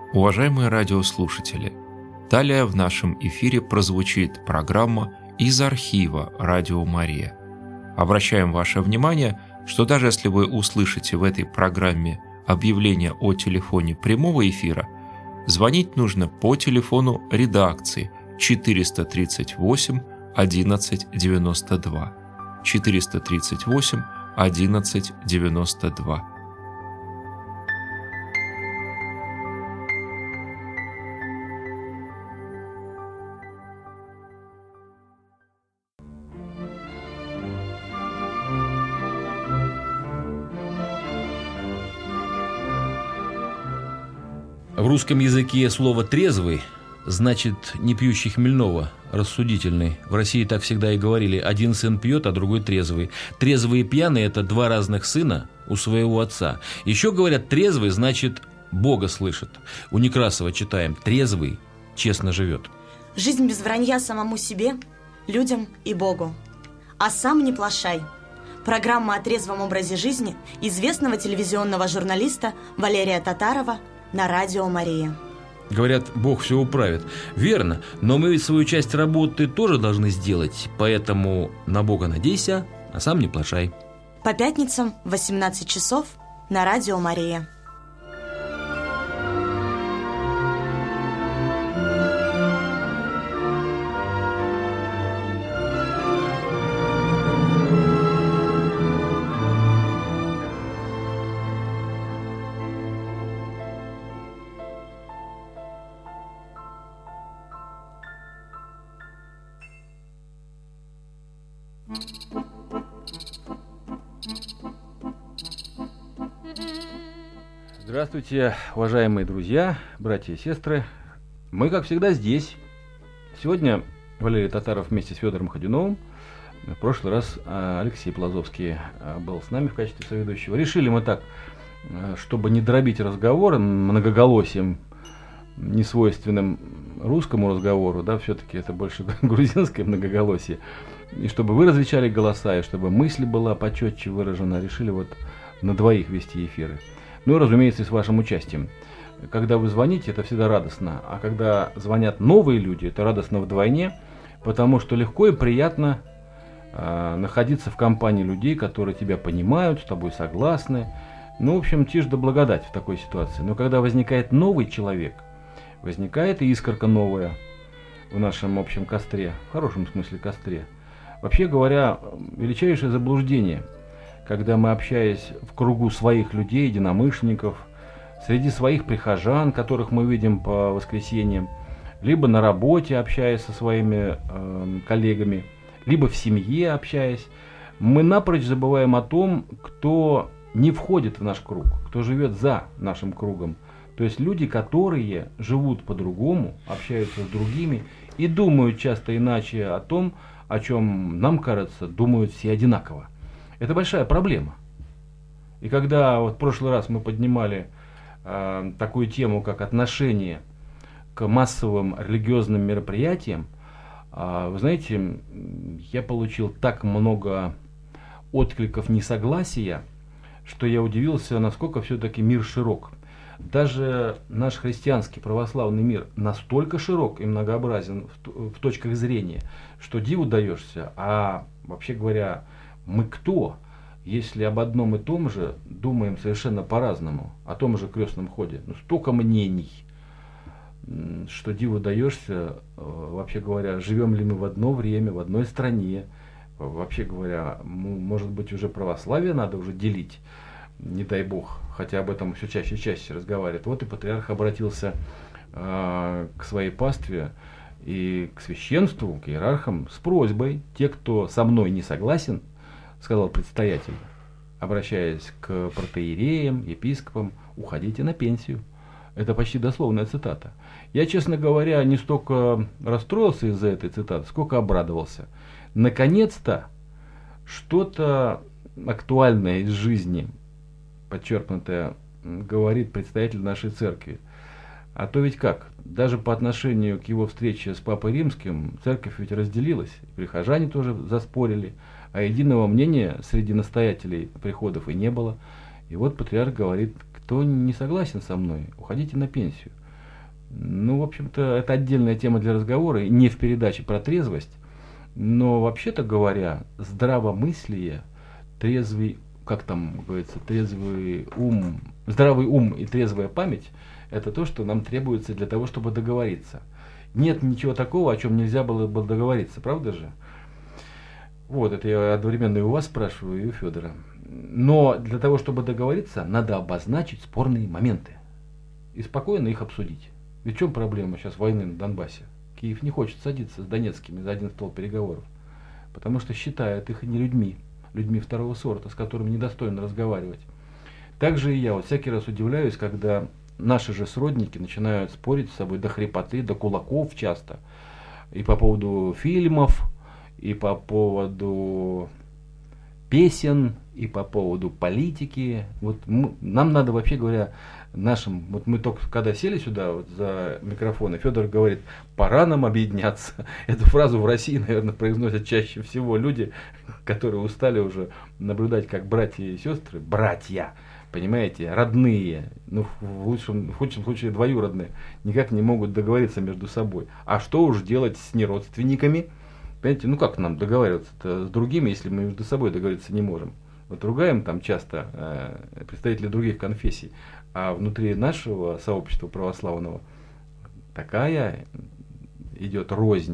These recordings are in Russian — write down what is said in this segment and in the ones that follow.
Уважаемые радиослушатели, далее в нашем эфире прозвучит программа из архива «Радио Мария». Обращаем ваше внимание, что даже если вы услышите в этой программе объявление о телефоне прямого эфира, звонить нужно по телефону редакции 438 11 92. 438 11 92. В русском языке слово «трезвый» значит «не пьющий хмельного», рассудительный. В России так всегда и говорили: один сын пьет, а другой трезвый. Трезвый и пьяный – это два разных сына у своего отца. Еще говорят, трезвый значит Бога слышит. У Некрасова читаем: трезвый честно живет. Жизнь без вранья самому себе, людям и Богу. А сам не плашай. Программа о трезвом образе жизни известного телевизионного журналиста Валерия Татарова на Радио Мария. Говорят, Бог все управит. Верно, но мы ведь свою часть работы тоже должны сделать. Поэтому на Бога надейся, а сам не плашай. По пятницам в 18 часов на Радио Мария. Здравствуйте, уважаемые друзья, братья и сестры. Мы, как всегда, здесь. Сегодня Валерий Татаров вместе с Федором Ходюновым. В прошлый раз Алексей Плазовский был с нами в качестве соведущего. Решили мы так, чтобы не дробить разговор многоголосием, несвойственным русскому разговору, да, все-таки это больше грузинское многоголосие, и чтобы вы различали голоса, и чтобы мысль была почетче выражена, решили вот на двоих вести эфиры. Ну и, разумеется, и с вашим участием. Когда вы звоните, это всегда радостно, а когда звонят новые люди, это радостно вдвойне, потому что легко и приятно находиться в компании людей, которые тебя понимают, с тобой согласны. Ну, в общем, тишь да благодать в такой ситуации. Но когда возникает новый человек, возникает и искорка новая в нашем общем костре, в хорошем смысле костре. Вообще говоря, величайшее заблуждение, когда мы, общаясь в кругу своих людей, единомышленников, среди своих прихожан, которых мы видим по воскресеньям, либо на работе, общаясь со своими коллегами, либо в семье, общаясь, мы напрочь забываем о том, кто не входит в наш круг, кто живет за нашим кругом. То есть люди, которые живут по-другому, общаются с другими и думают часто иначе о том, о чем, нам кажется, думают все одинаково. Это большая проблема. И когда вот в прошлый раз мы поднимали такую тему, как отношение к массовым религиозным мероприятиям, вы знаете, я получил так много откликов несогласия, что я удивился, насколько все-таки мир широк. Даже наш христианский православный мир настолько широк и многообразен в точках зрения, что диву даешься. А вообще говоря, мы кто, если об одном и том же думаем совершенно по-разному, о том же крестном ходе? Ну, столько мнений, что диву даешься, вообще говоря, живем ли мы в одно время, в одной стране. Вообще говоря, может быть, уже православие надо уже делить, не дай бог, хотя об этом все чаще и чаще разговаривают. Вот и патриарх обратился к своей пастве и к священству, к иерархам с просьбой: те, кто со мной не согласен, сказал предстоятель, обращаясь к протоиереям, епископам, уходите на пенсию. Это почти дословная цитата. Я, честно говоря, не столько расстроился из-за этой цитаты, сколько обрадовался. Наконец-то что-то актуальное из жизни, подчеркнутое, говорит представитель нашей церкви. А то ведь как? Даже по отношению к его встрече с Папой Римским церковь ведь разделилась. Прихожане тоже заспорили, а единого мнения среди настоятелей приходов и не было. И вот патриарх говорит: кто не согласен со мной, уходите на пенсию. Ну, в общем-то, это отдельная тема для разговора, не в передаче про трезвость, но, вообще-то говоря, здравомыслие, трезвый, как там говорится, трезвый ум, здравый ум и трезвая память – это то, что нам требуется для того, чтобы договориться. Нет ничего такого, о чем нельзя было бы договориться, правда же? Вот, это я одновременно и у вас спрашиваю, и у Федора. Но для того, чтобы договориться, надо обозначить спорные моменты и спокойно их обсудить. Ведь в чем проблема сейчас войны на Донбассе? Киев не хочет садиться с донецкими за один стол переговоров, потому что считает их не людьми второго сорта, с которыми недостойно разговаривать. Также и я вот всякий раз удивляюсь, когда наши же сродники начинают спорить с собой до хрипоты, до кулаков часто, и по поводу фильмов, и по поводу песен, и по поводу политики. Вот нам надо, вообще говоря, нашим, вот мы только когда сели сюда вот за микрофон, и Федор говорит, пора нам объединяться. Эту фразу в России, наверное, произносят чаще всего люди, которые устали уже наблюдать, как братья и сестры, братья, понимаете, родные, ну в худшем случае двоюродные, никак не могут договориться между собой. А что уж делать с неродственниками? Понимаете, ну как нам договариваться-то с другими, если мы между собой договориться не можем? Вот ругаем там часто представителей других конфессий, а внутри нашего сообщества православного такая идет рознь,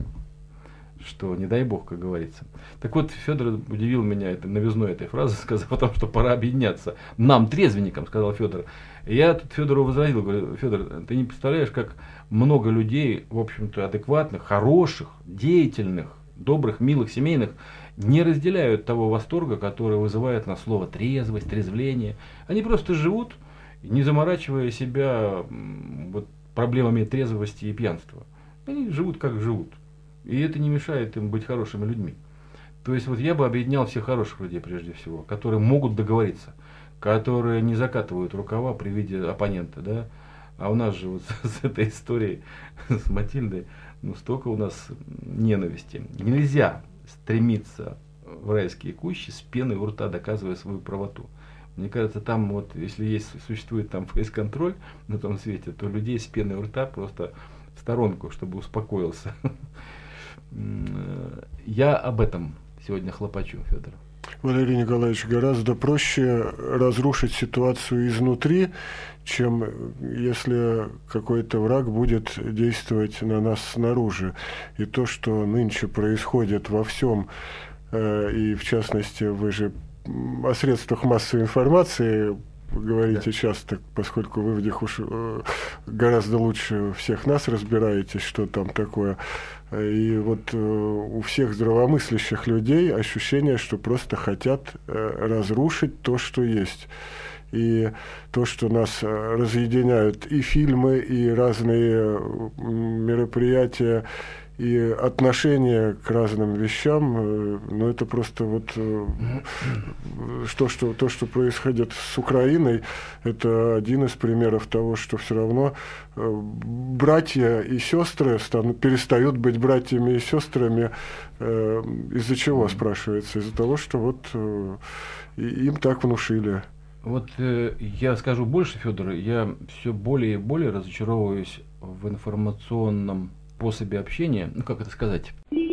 что не дай бог, как говорится. Так вот, Федор удивил меня новизной этой фразы, сказав о том, что пора объединяться. Нам, трезвенникам, сказал Федор. И я тут Федору возразил, говорю, Федор, ты не представляешь, как много людей, в общем-то, адекватных, хороших, деятельных, добрых, милых, семейных, не разделяют того восторга, который вызывает на слово трезвость, трезвление. Они просто живут, не заморачивая себя вот, проблемами трезвости и пьянства. Они живут, как живут. И это не мешает им быть хорошими людьми. То есть вот я бы объединял всех хороших людей прежде всего, которые могут договориться, которые не закатывают рукава при виде оппонента, да. А у нас же вот с этой историей, с Матильдой, ну столько у нас ненависти. Нельзя стремиться в райские кущи с пеной у рта, доказывая свою правоту. Мне кажется, там вот, если существует там фейс-контроль на том свете, то людей с пеной у рта просто в сторонку, чтобы успокоился. Я об этом сегодня хлопочу, Федор. Валерий Николаевич, гораздо проще разрушить ситуацию изнутри, чем если какой-то враг будет действовать на нас снаружи. И то, что нынче происходит во всем, и в частности, вы же о средствах массовой информации говорите часто, поскольку вы в них уж гораздо лучше всех нас разбираетесь, что там такое. И вот у всех здравомыслящих людей ощущение, что просто хотят разрушить то, что есть. И то, что нас разъединяют и фильмы, и разные мероприятия, и отношение к разным вещам, ну это просто вот то, что происходит с Украиной, это один из примеров того, что все равно братья и сестры перестают быть братьями и сестрами. Из-за чего, спрашивается? Из-за того, что вот им так внушили. Вот я скажу больше, Федор, я все более и более разочаровываюсь в информационном способе общения, ну как это сказать?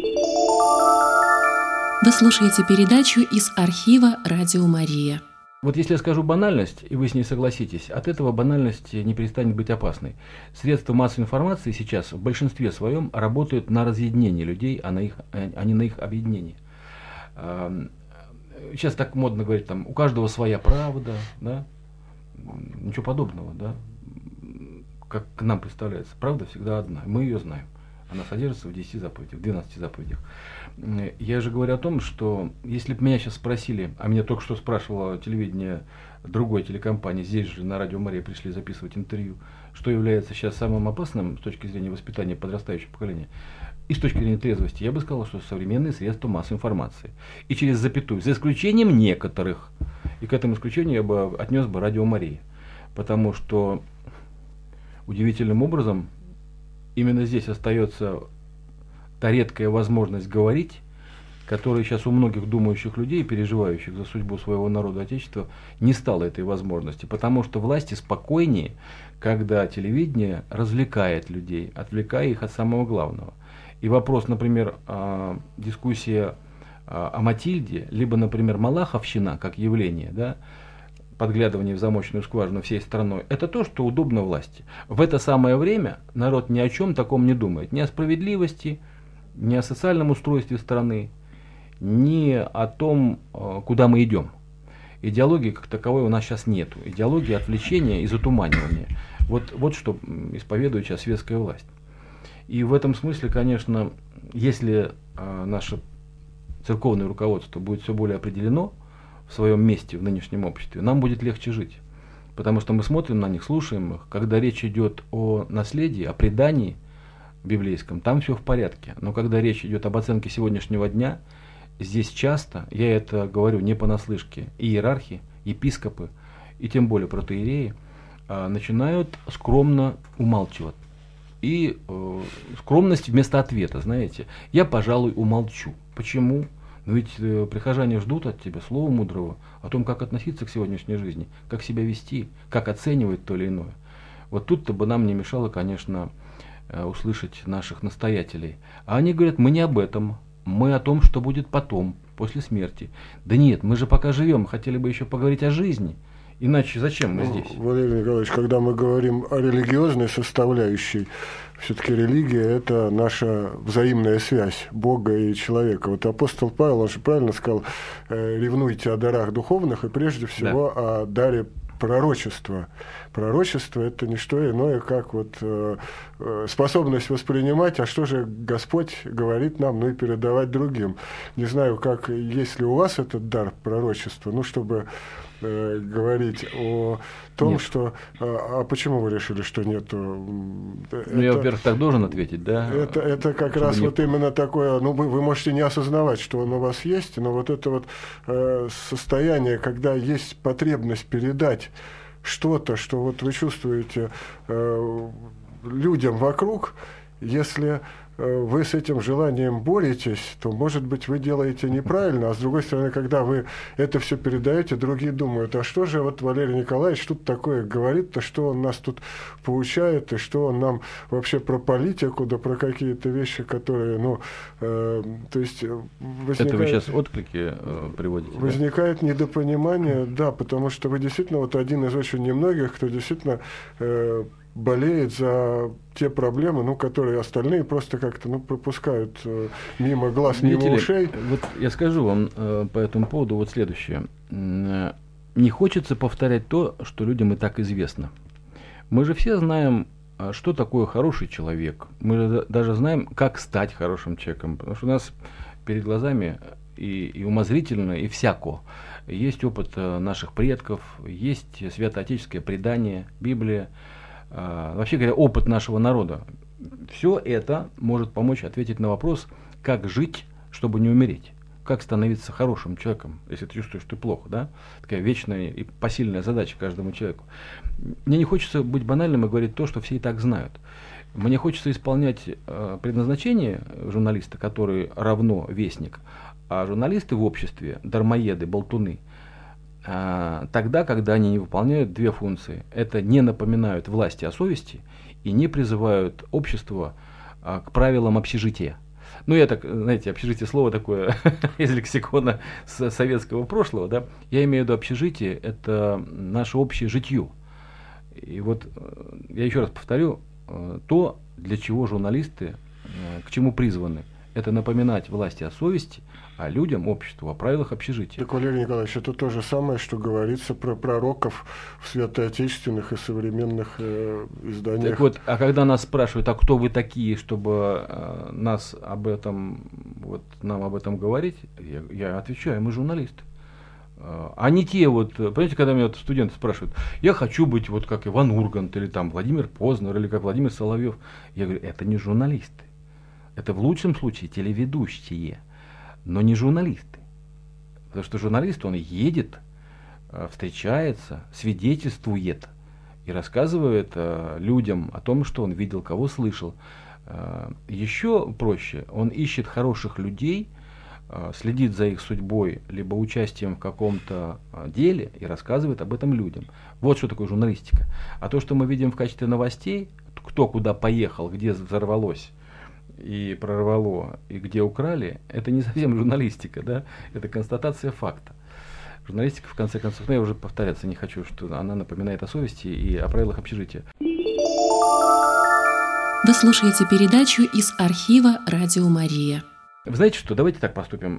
Вы слушаете передачу из архива «Радио Мария». Вот если я скажу банальность, и вы с ней согласитесь, от этого банальность не перестанет быть опасной. Средства массовой информации сейчас в большинстве своем работают на разъединение людей, а не на их объединение. Сейчас так модно говорить, там, у каждого своя правда, да? Ничего подобного, да? Как к нам представляется. Правда всегда одна, мы ее знаем. Она содержится в 10 заповедях, в 12 заповедях. Я же говорю о том, что если бы меня сейчас спросили, а меня только что спрашивало телевидение другой телекомпании, здесь же на Радио Мария пришли записывать интервью, что является сейчас самым опасным с точки зрения воспитания подрастающего поколения, и с точки зрения трезвости, я бы сказал, что современные средства массовой информации. И через запятую, за исключением некоторых, и к этому исключению я бы отнес бы Радио Мария, потому что удивительным образом именно здесь остается та редкая возможность говорить которая сейчас у многих думающих людей, переживающих за судьбу своего народа, Отечества, не стало этой возможности. Потому что власти спокойнее, когда телевидение развлекает людей, отвлекая их от самого главного. И вопрос, например, дискуссия о Матильде, либо, например, Малаховщина как явление, да, подглядывание в замочную скважину всей страной, это то, что удобно власти. В это самое время народ ни о чем таком не думает. Ни о справедливости, ни о социальном устройстве страны, ни о том, куда мы идем. Идеологии как таковой у нас сейчас нету. Идеология отвлечения и затуманивания. Вот что исповедует сейчас светская власть. И в этом смысле, конечно, если наше церковное руководство будет все более определено в своем месте в нынешнем обществе, нам будет легче жить. Потому что мы смотрим на них, слушаем их. Когда речь идет о наследии, о предании библейском, там все в порядке. Но когда речь идет об оценке сегодняшнего дня, здесь часто, я это говорю не понаслышке, иерархи, епископы и тем более протоиереи начинают скромно умалчивать. И скромность вместо ответа, знаете, я, пожалуй, умолчу. Почему? Но ведь прихожане ждут от тебя слова мудрого о том, как относиться к сегодняшней жизни, как себя вести, как оценивать то или иное. Вот тут-то бы нам не мешало, конечно, услышать наших настоятелей. А они говорят, мы не об этом, мы о том, что будет потом, после смерти. Да нет, мы же пока живем, хотели бы еще поговорить о жизни. Иначе зачем мы здесь? Валерий Николаевич, когда мы говорим о религиозной составляющей, все-таки религия – это наша взаимная связь Бога и человека. Вот апостол Павел, он же правильно сказал, ревнуйте о дарах духовных и прежде всего о даре пророчества. Пророчество – это не что иное, как вот способность воспринимать, а что же Господь говорит нам, ну и передавать другим. Не знаю, как, есть ли у вас этот дар пророчества, ну, чтобы говорить о том, нет. Что... А почему вы решили, что нету? Ну, я, во-первых, так должен ответить, да? Это как раз вот именно такое, ну, вы можете не осознавать, что он у вас есть, но вот это вот состояние, когда есть потребность передать что-то, что вот вы чувствуете людям вокруг, если вы с этим желанием боретесь, то, может быть, вы делаете неправильно, а с другой стороны, когда вы это все передаете, другие думают, а что же вот Валерий Николаевич тут такое говорит-то, что он нас тут поучает, и что он нам вообще про политику, да про какие-то вещи, которые, ну, то есть возникает... Это вы сейчас отклики приводите? Возникает недопонимание, да, потому что вы действительно вот один из очень немногих, кто действительно... болеет за те проблемы, ну, которые остальные просто как-то, ну, пропускают мимо глаз, видите мимо ли, ушей. Вот я скажу вам по этому поводу вот следующее. Не хочется повторять то, что людям и так известно. Мы же все знаем, что такое хороший человек. Мы же даже знаем, как стать хорошим человеком. Потому что у нас перед глазами и умозрительно, и всяко. Есть опыт наших предков, есть святоотеческое предание, Библия. Вообще говоря, опыт нашего народа. Все это может помочь ответить на вопрос, как жить, чтобы не умереть. Как становиться хорошим человеком, если ты чувствуешь, что ты плохо, да? Такая вечная и посильная задача каждому человеку. Мне не хочется быть банальным и говорить то, что все и так знают. Мне хочется исполнять предназначение журналиста, который равно вестник, а журналисты в обществе, дармоеды, болтуны, тогда, когда они не выполняют две функции. Это не напоминают власти о совести и не призывают общество к правилам общежития. Ну, я так, знаете, общежитие слово такое из лексикона советского прошлого, да. Я имею в виду общежитие, это наше общее житье. И вот я еще раз повторю, то, для чего журналисты, к чему призваны, это напоминать власти о совести, а людям, обществу, о правилах общежития. Так, Валерий Николаевич, это то же самое, что говорится про пророков в святоотечественных и современных изданиях. Так вот, а когда нас спрашивают, а кто вы такие, чтобы нас об этом, вот, нам об этом говорить, я отвечаю, мы журналисты. А не те вот, понимаете, когда меня вот студенты спрашивают, я хочу быть вот как Иван Ургант, или там Владимир Познер, или как Владимир Соловьев. Я говорю, это не журналисты. Это в лучшем случае телеведущие, но не журналисты. Потому что журналист, он едет, встречается, свидетельствует и рассказывает людям о том, что он видел, кого слышал. Еще проще, он ищет хороших людей, следит за их судьбой, либо участием в каком-то деле и рассказывает об этом людям. Вот что такое журналистика. А то, что мы видим в качестве новостей, кто куда поехал, где взорвалось и прорвало, и где украли, это не совсем журналистика, да? Это констатация факта. Журналистика, в конце концов, я уже повторяться не хочу, что она напоминает о совести и о правилах общежития. Вы слушаете передачу из архива «Радио Мария». Вы знаете что, давайте так поступим.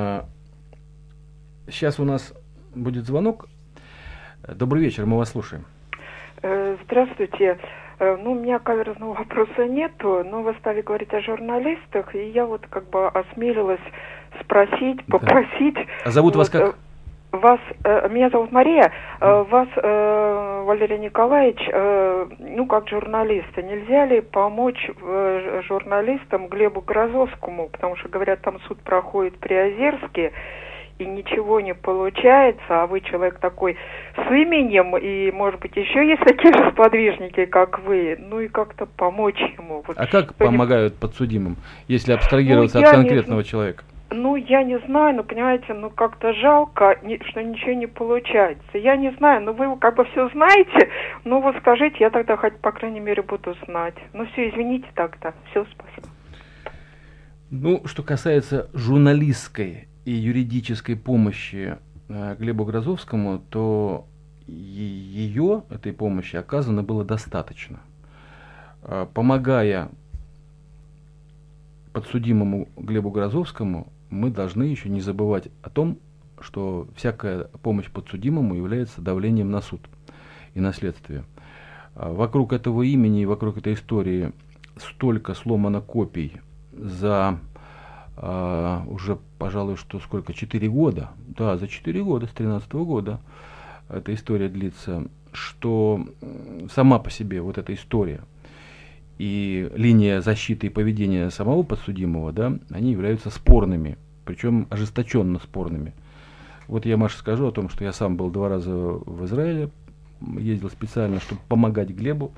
Сейчас у нас будет звонок. Добрый вечер, мы вас слушаем. Здравствуйте. У меня каверзного вопроса нету, но вы стали говорить о журналистах, и я вот как бы осмелилась спросить, попросить. Да. А зовут вас как? Меня зовут Мария. Вас, Валерий Николаевич, как журналиста, нельзя ли помочь журналистам Глебу Грозовскому? Потому что, говорят, там суд проходит в Приозерске, и ничего не получается, а вы человек такой с именем, и, может быть, еще есть такие же сподвижники, как вы, и как-то помочь ему. А как помогают подсудимым, если абстрагироваться от конкретного человека? Я не знаю, понимаете, как-то жалко, что ничего не получается. Я не знаю, вы как бы все знаете, вот скажите, я тогда хоть, по крайней мере, буду знать. Все, извините тогда. Все, спасибо. Что касается журналистской и юридической помощи Глебу Грозовскому, то этой помощи оказано было достаточно. Помогая подсудимому Глебу Грозовскому, мы должны еще не забывать о том, что всякая помощь подсудимому является давлением на суд и на следствие. Вокруг этого имени и вокруг этой истории столько сломано копий за уже, пожалуй, 4 года. Да, за 4 года, с 2013 года эта история длится, что сама по себе вот эта история и линия защиты и поведения самого подсудимого, они являются спорными, причем ожесточенно спорными. Вот я, Маша, скажу о том, что я сам был 2 раза в Израиле, ездил специально, чтобы помогать Глебу,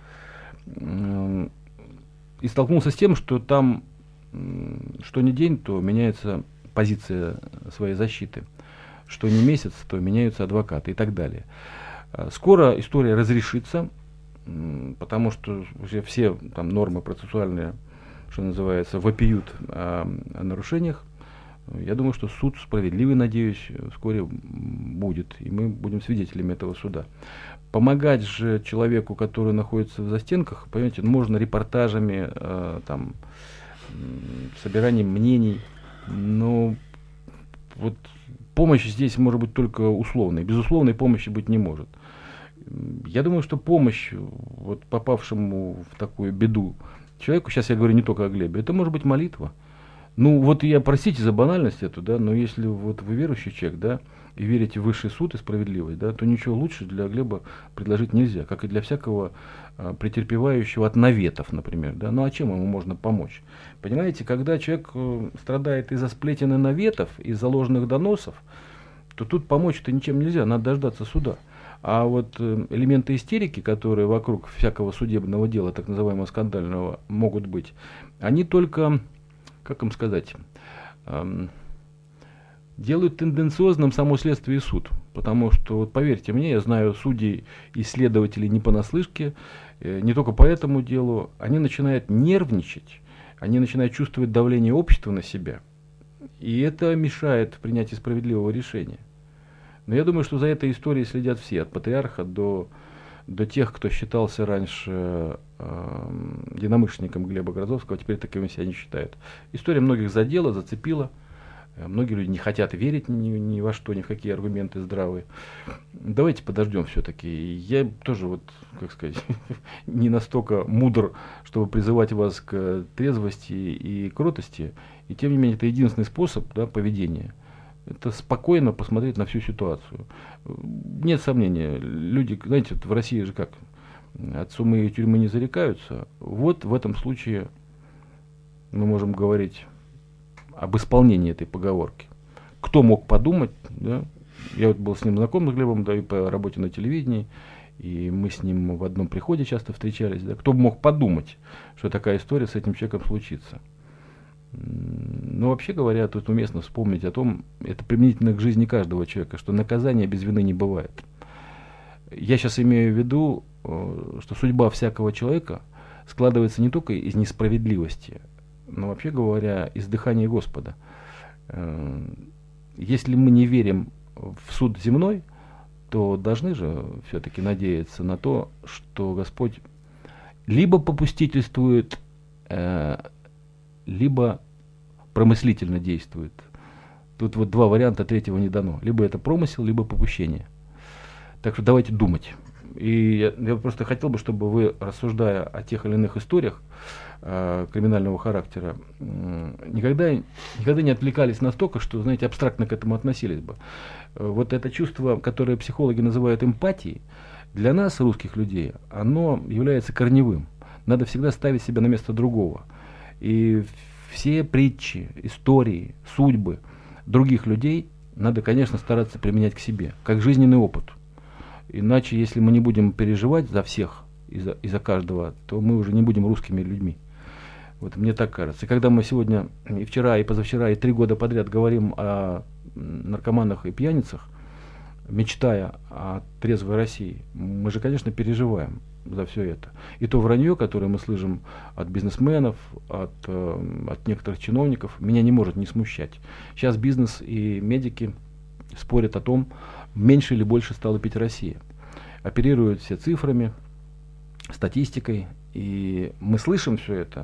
и столкнулся с тем, что там, что ни день, то меняется позиция своей защиты, что ни месяц, то меняются адвокаты и так далее. Скоро история разрешится, потому что уже все там нормы процессуальные, что называется, вопиют о нарушениях. Я думаю, что суд справедливый, надеюсь, вскоре будет, и мы будем свидетелями этого суда. Помогать же человеку, который находится в застенках, понимаете, можно репортажами, собиранием мнений, но вот помощь здесь может быть только условной, безусловной помощи быть не может. Я думаю, что помощь попавшему в такую беду человеку, сейчас я говорю не только о Глебе, это может быть молитва. Простите за банальность эту, но если вы верующий человек, и верите в высший суд и справедливость, то ничего лучше для Глеба предложить нельзя, как и для всякого претерпевающего от наветов, например. А чем ему можно помочь? Понимаете, когда человек страдает из-за сплетен и наветов, из-за ложных доносов, то тут помочь-то ничем нельзя, надо дождаться суда. А элементы истерики, которые вокруг всякого судебного дела, так называемого скандального, могут быть, они только, как им сказать, делают тенденциозным само следствие и суд. Потому что, поверьте мне, я знаю судей и следователей не понаслышке, не только по этому делу, они начинают нервничать, они начинают чувствовать давление общества на себя. И это мешает принятию справедливого решения. Но я думаю, что за этой историей следят все, от патриарха до тех, кто считался раньше единомышленником Глеба Грозовского, а теперь таковым себя не считают. История многих задела, зацепила. Многие люди не хотят верить ни во что, ни в какие аргументы здравые. Давайте подождем все-таки. Я тоже, не настолько мудр, чтобы призывать вас к трезвости и кротости. И тем не менее, это единственный способ поведения. Это спокойно посмотреть на всю ситуацию. Нет сомнения, люди, знаете, в России же как, от сумы и тюрьмы не зарекаются. Вот в этом случае мы можем говорить об исполнении этой поговорки. Кто мог подумать, я был с ним знаком, с Глебом, и по работе на телевидении, и мы с ним в одном приходе часто встречались. Кто мог подумать, что такая история с этим человеком случится? Но вообще говоря, тут уместно вспомнить о том, это применительно к жизни каждого человека, что наказания без вины не бывает. Я сейчас имею в виду, что судьба всякого человека складывается не только из несправедливости, но вообще говоря, из дыхания Господа. Если мы не верим в суд земной, то должны же все-таки надеяться на то, что Господь либо попустительствует, либо промыслительно действует. Тут вот два варианта, третьего не дано. Либо это промысел, либо попущение. Так что давайте думать. И я просто хотел бы, чтобы вы, рассуждая о тех или иных историях криминального характера, никогда не отвлекались настолько, что, знаете, абстрактно к этому относились бы. Вот это чувство, которое психологи называют эмпатией, для нас, русских людей, оно является корневым. Надо всегда ставить себя на место другого. И все притчи, истории, судьбы других людей надо, конечно, стараться применять к себе, как жизненный опыт. Иначе, если мы не будем переживать за всех и за каждого, то мы уже не будем русскими людьми. Вот мне так кажется. И когда мы сегодня, и вчера, и позавчера, и 3 года подряд говорим о наркоманах и пьяницах, мечтая о трезвой России, мы же, конечно, переживаем за все это. И то вранье, которое мы слышим от бизнесменов, от некоторых чиновников, меня не может не смущать. Сейчас бизнес и медики спорят о том, меньше или больше стала пить Россия. Оперируют все цифрами, статистикой, и мы слышим все это,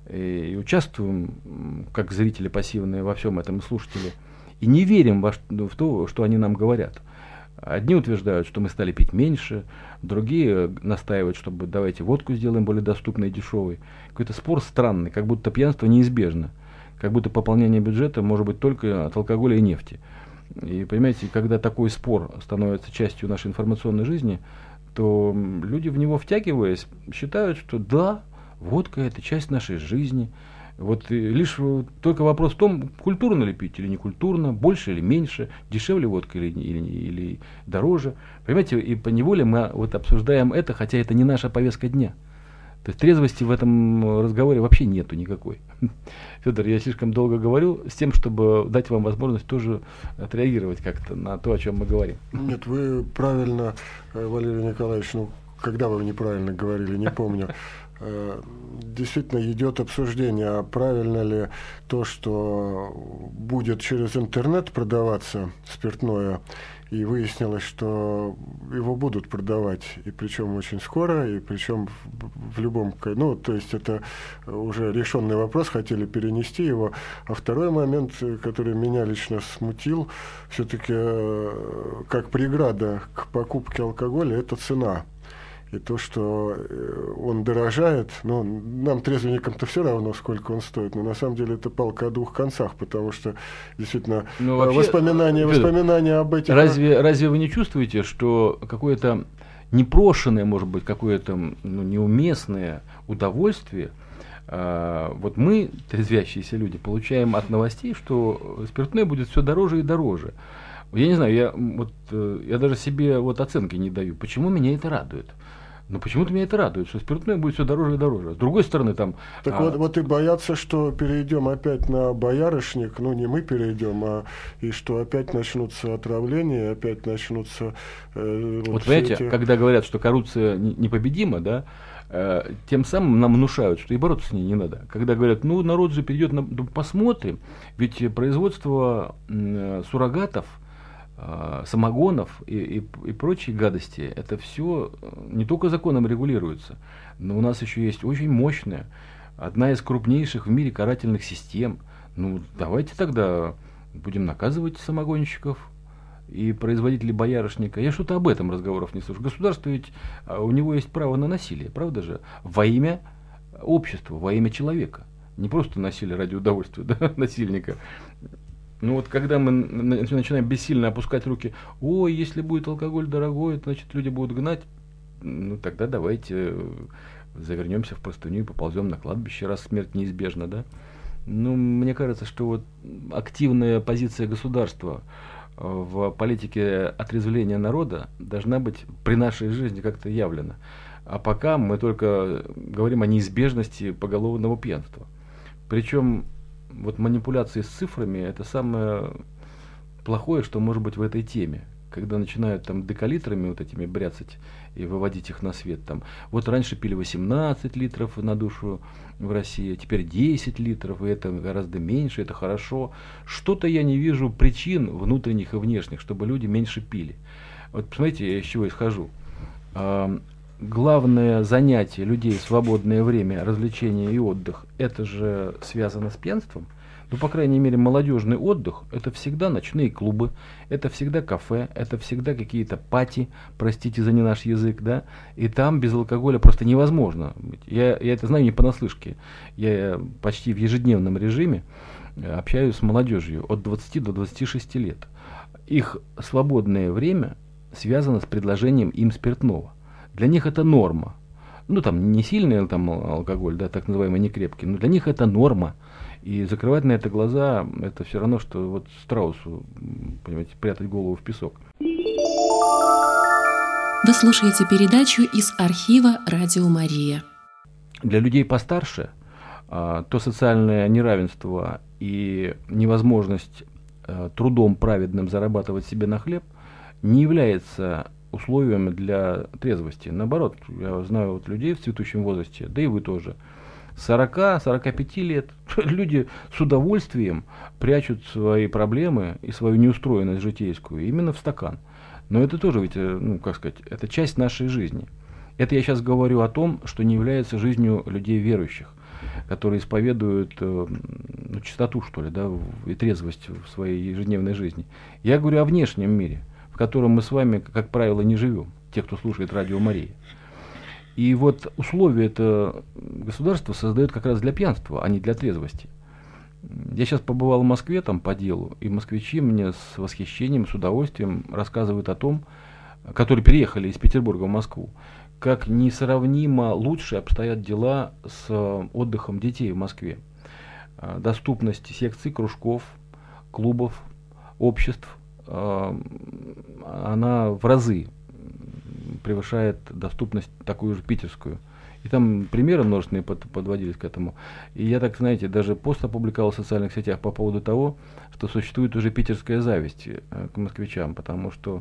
и участвуем, как зрители пассивные во всем этом, и слушатели, и не верим в то, что они нам говорят. Одни утверждают, что мы стали пить меньше, другие настаивают, чтобы давайте водку сделаем более доступной и дешевой. Какой-то спор странный, как будто пьянство неизбежно, как будто пополнение бюджета может быть только от алкоголя и нефти. И понимаете, когда такой спор становится частью нашей информационной жизни, то люди, в него втягиваясь, считают, что да, водка – это часть нашей жизни. Вот лишь только вопрос в том, культурно ли пить или не культурно, больше или меньше, дешевле водка или дороже. Понимаете, и поневоле мы вот обсуждаем это, хотя это не наша повестка дня. То есть трезвости в этом разговоре вообще нету никакой. Федор, я слишком долго говорю с тем, чтобы дать вам возможность тоже отреагировать как-то на то, о чем мы говорим. Нет, вы правильно, Валерий Николаевич, когда вы неправильно говорили, не помню. Действительно идет обсуждение, а правильно ли то, что будет через интернет продаваться спиртное, и выяснилось, что его будут продавать, и причем очень скоро, и причем в любом... то есть это уже решенный вопрос, хотели перенести его. А второй момент, который меня лично смутил, все-таки как преграда к покупке алкоголя, это цена. И то, что он дорожает, нам, трезвенникам-то все равно, сколько он стоит, но на самом деле это палка о двух концах, потому что действительно вообще, воспоминания об этих... Разве вы не чувствуете, что какое-то непрошенное, может быть, какое-то неуместное удовольствие, вот мы, трезвящиеся люди, получаем от новостей, что спиртное будет все дороже и дороже. Я не знаю, я даже себе оценки не даю. Почему меня это радует? Почему-то меня это радует, что спиртное будет все дороже и дороже. С другой стороны, там... Так вот и боятся, что перейдем опять на боярышник, не мы перейдем, и что опять начнутся отравления, опять начнутся... понимаете, когда говорят, что коррупция непобедима, да, тем самым нам внушают, что и бороться с ней не надо. Когда говорят, народ же перейдет, посмотрим, ведь производство суррогатов, самогонов и прочие гадости, это все не только законом регулируется, но у нас еще есть очень мощная, одна из крупнейших в мире карательных систем. Давайте тогда будем наказывать самогонщиков и производителей боярышника. Я что-то об этом разговоров не слышу. Государство ведь, у него есть право на насилие, правда же? Во имя общества, во имя человека. Не просто насилие ради удовольствия, да, насильника. Когда мы начинаем бессильно опускать руки, если будет алкоголь дорогой, значит люди будут гнать, тогда давайте завернемся в простыню и поползем на кладбище, раз смерть неизбежна, да. Мне кажется, что активная позиция государства в политике отрезвления народа должна быть при нашей жизни как-то явлена. А пока мы только говорим о неизбежности поголовного пьянства. Причем вот манипуляции с цифрами – это самое плохое, что может быть в этой теме. Когда начинают там декалитрами вот этими бряцать и выводить их на свет. Там. Вот раньше пили 18 литров на душу в России, теперь 10 литров, и это гораздо меньше, это хорошо. Что-то я не вижу причин внутренних и внешних, чтобы люди меньше пили. Вот посмотрите, я из чего исхожу. Главное занятие людей в свободное время, развлечение и отдых, это же связано с пьянством. Ну, по крайней мере, молодежный отдых – это всегда ночные клубы, это всегда кафе, это всегда какие-то пати, простите за не наш язык, да, и там без алкоголя просто невозможно. Я это знаю не понаслышке. Я почти в ежедневном режиме общаюсь с молодежью от 20 до 26 лет. Их свободное время связано с предложением им спиртного. Для них это норма. Ну, там, не сильный там, алкоголь, да, так называемый некрепкий, но для них это норма. И закрывать на это глаза, это все равно, что вот страусу, понимаете, прятать голову в песок. Вы слушаете передачу из архива «Радио Мария». Для людей постарше то социальное неравенство и невозможность трудом праведным зарабатывать себе на хлеб не является условиями для трезвости. Наоборот, я знаю вот людей в цветущем возрасте, да и вы тоже, 40-45 лет, люди с удовольствием прячут свои проблемы и свою неустроенность житейскую именно в стакан. Но это тоже ведь, ну, как сказать, это часть нашей жизни. Это я сейчас говорю о том, что не является жизнью людей верующих, которые исповедуют чистоту, что ли, да, и трезвость в своей ежедневной жизни. Я говорю о внешнем мире, в котором мы с вами, как правило, не живем, те, кто слушает Радио Мария. И вот условия это государство создает как раз для пьянства, а не для трезвости. Я сейчас побывал в Москве там по делу, и москвичи мне с восхищением, с удовольствием рассказывают о том, которые переехали из Петербурга в Москву, как несравнимо лучше обстоят дела с отдыхом детей в Москве. Доступность секций, кружков, клубов, обществ, она в разы превышает доступность такую же питерскую. И там примеры множественные подводились к этому. И я, так знаете, даже пост опубликовал в социальных сетях по поводу того, что существует уже питерская зависть к москвичам, потому что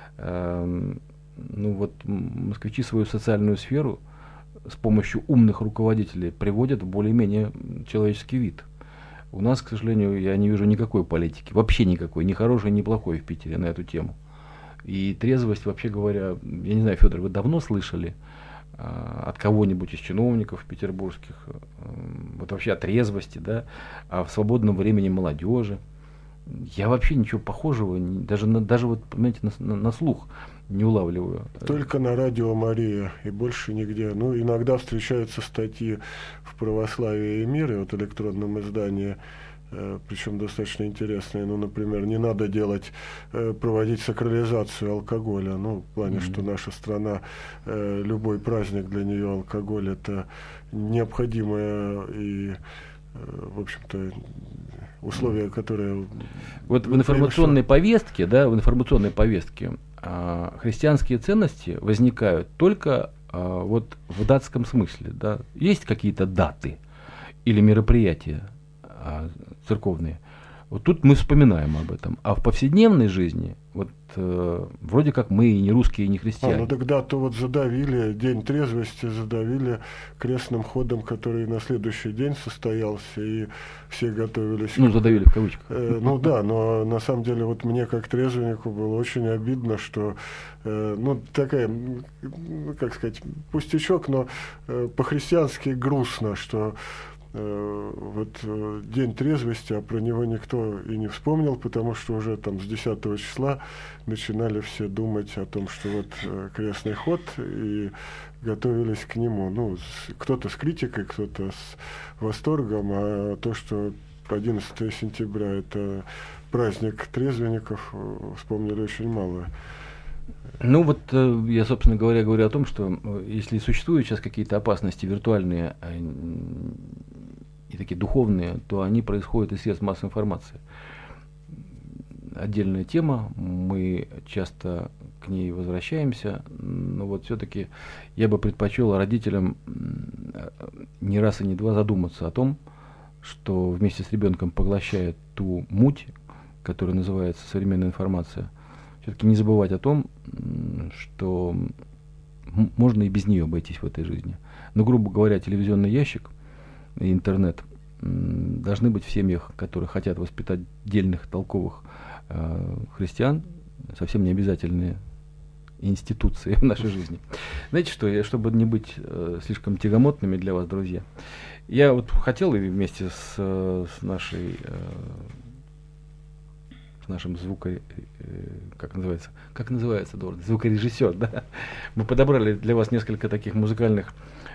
москвичи свою социальную сферу с помощью умных руководителей приводят в более-менее человеческий вид. У нас, к сожалению, я не вижу никакой политики, вообще никакой, ни хорошей, ни плохой в Питере на эту тему. И трезвость, вообще говоря, я не знаю, Федор, вы давно слышали от кого-нибудь из чиновников петербургских, вот вообще о трезвости, да, о свободном времени молодежи? Я вообще ничего похожего, даже вот, понимаете, на слух не улавливаю. Только на Радио Мария и больше нигде. Ну, иногда встречаются статьи в «Православие и мир», вот электронном издании, причем достаточно интересные. Ну, например, не надо проводить сакрализацию алкоголя. Ну, в плане, что наша страна, любой праздник для нее алкоголь это необходимое и, в общем-то, условия, которые... Вот в информационной повестке, христианские ценности возникают только вот в датском смысле. Да? Есть какие-то даты или мероприятия церковные. Вот тут мы вспоминаем об этом. А в повседневной жизни, вот вроде как мы и не русские, и не христиане. Ну тогда-то вот задавили, День трезвости задавили крестным ходом, который на следующий день состоялся, и все готовились. Ну, задавили в кавычках. Ну да, но на самом деле вот мне как трезвеннику было очень обидно, что, такая, как сказать, пустячок, но по-христиански грустно, что вот День трезвости, а про него никто и не вспомнил, потому что уже там с 10 числа начинали все думать о том, что вот крестный ход, и готовились к нему. Ну, кто-то с критикой, кто-то с восторгом, а то, что 11 сентября это праздник трезвенников, вспомнили очень мало. Ну вот я, собственно говоря, говорю о том, что если существуют сейчас какие-то опасности виртуальные и такие духовные, то они происходят из средств массовой информации. Отдельная тема, мы часто к ней возвращаемся, но вот все-таки я бы предпочел родителям не раз и не два задуматься о том, что вместе с ребенком поглощает ту муть, которая называется современная информация, все-таки не забывать о том, что можно и без нее обойтись в этой жизни. Но, грубо говоря, телевизионный ящик и интернет должны быть в семьях, которые хотят воспитать дельных, толковых христиан, совсем не обязательные институции в нашей жизни. Знаете что, чтобы не быть слишком тягомотными для вас, друзья, я вот хотел и вместе с нашим звукорежиссер, да, мы подобрали для вас несколько таких музыкальных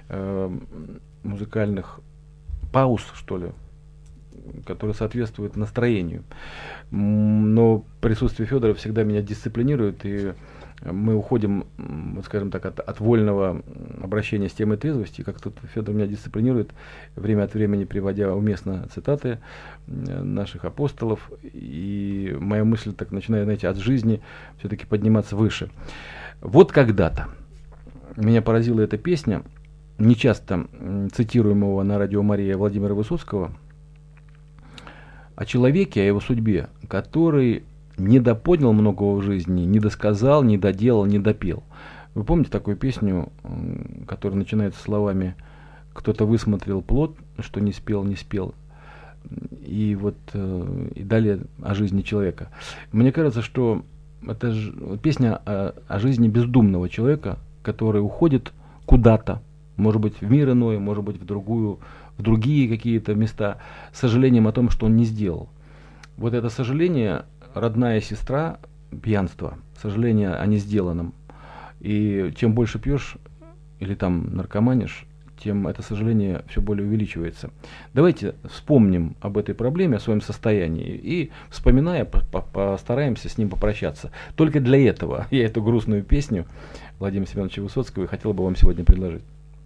пауз, что ли, которые соответствуют настроению. Но присутствие Федора всегда меня дисциплинирует, и мы уходим, вот скажем так, от вольного обращения с темой трезвости. Как тут Федор меня дисциплинирует, время от времени приводя уместно цитаты наших апостолов. И моя мысль так начинает, знаете, от жизни все-таки подниматься выше. Вот когда-то меня поразила эта песня, нечасто цитируемого на радио Мария Владимира Высоцкого, о человеке, о его судьбе, который не допонял многого в жизни, не досказал, не доделал, не допел. Вы помните такую песню, которая начинается словами «Кто-то высмотрел плод, что не спел, не спел». И вот и далее о жизни человека. Мне кажется, что это песня о жизни бездумного человека, который уходит куда-то, может быть, в мир иной, может быть, в другие какие-то места, с сожалением о том, что он не сделал. Вот это сожаление — родная сестра пьянства, сожаление о несделанном. И чем больше пьешь или там наркоманишь, тем это сожаление все более увеличивается. Давайте вспомним об этой проблеме, о своем состоянии, и, вспоминая, постараемся с ним попрощаться. Только для этого я эту грустную песню Владимира Семеновича Высоцкого хотел бы вам сегодня предложить.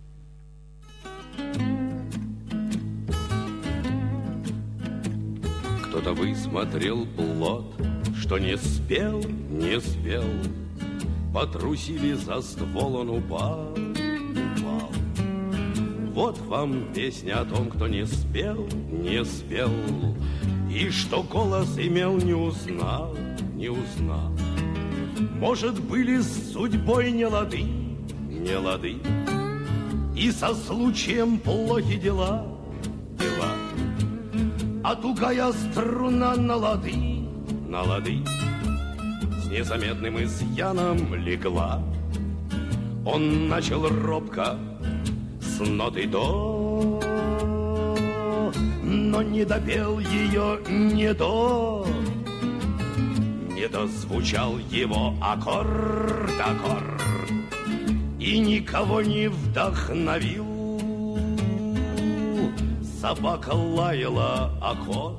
Кто-то высмотрел плод, что не спел, не спел, потрусили за ствол, он упал. Вот вам песня о том, кто не спел, не спел, и что голос имел, не узнал, не узнал. Может, были с судьбой не лады, и со случаем плохи дела, а тугая струна на лады, с незаметным изъяном легла. Он начал робко с ноты до, но не допел ее, не дозвучал его аккорд, и никого не вдохновил. Собака лаяла, а кот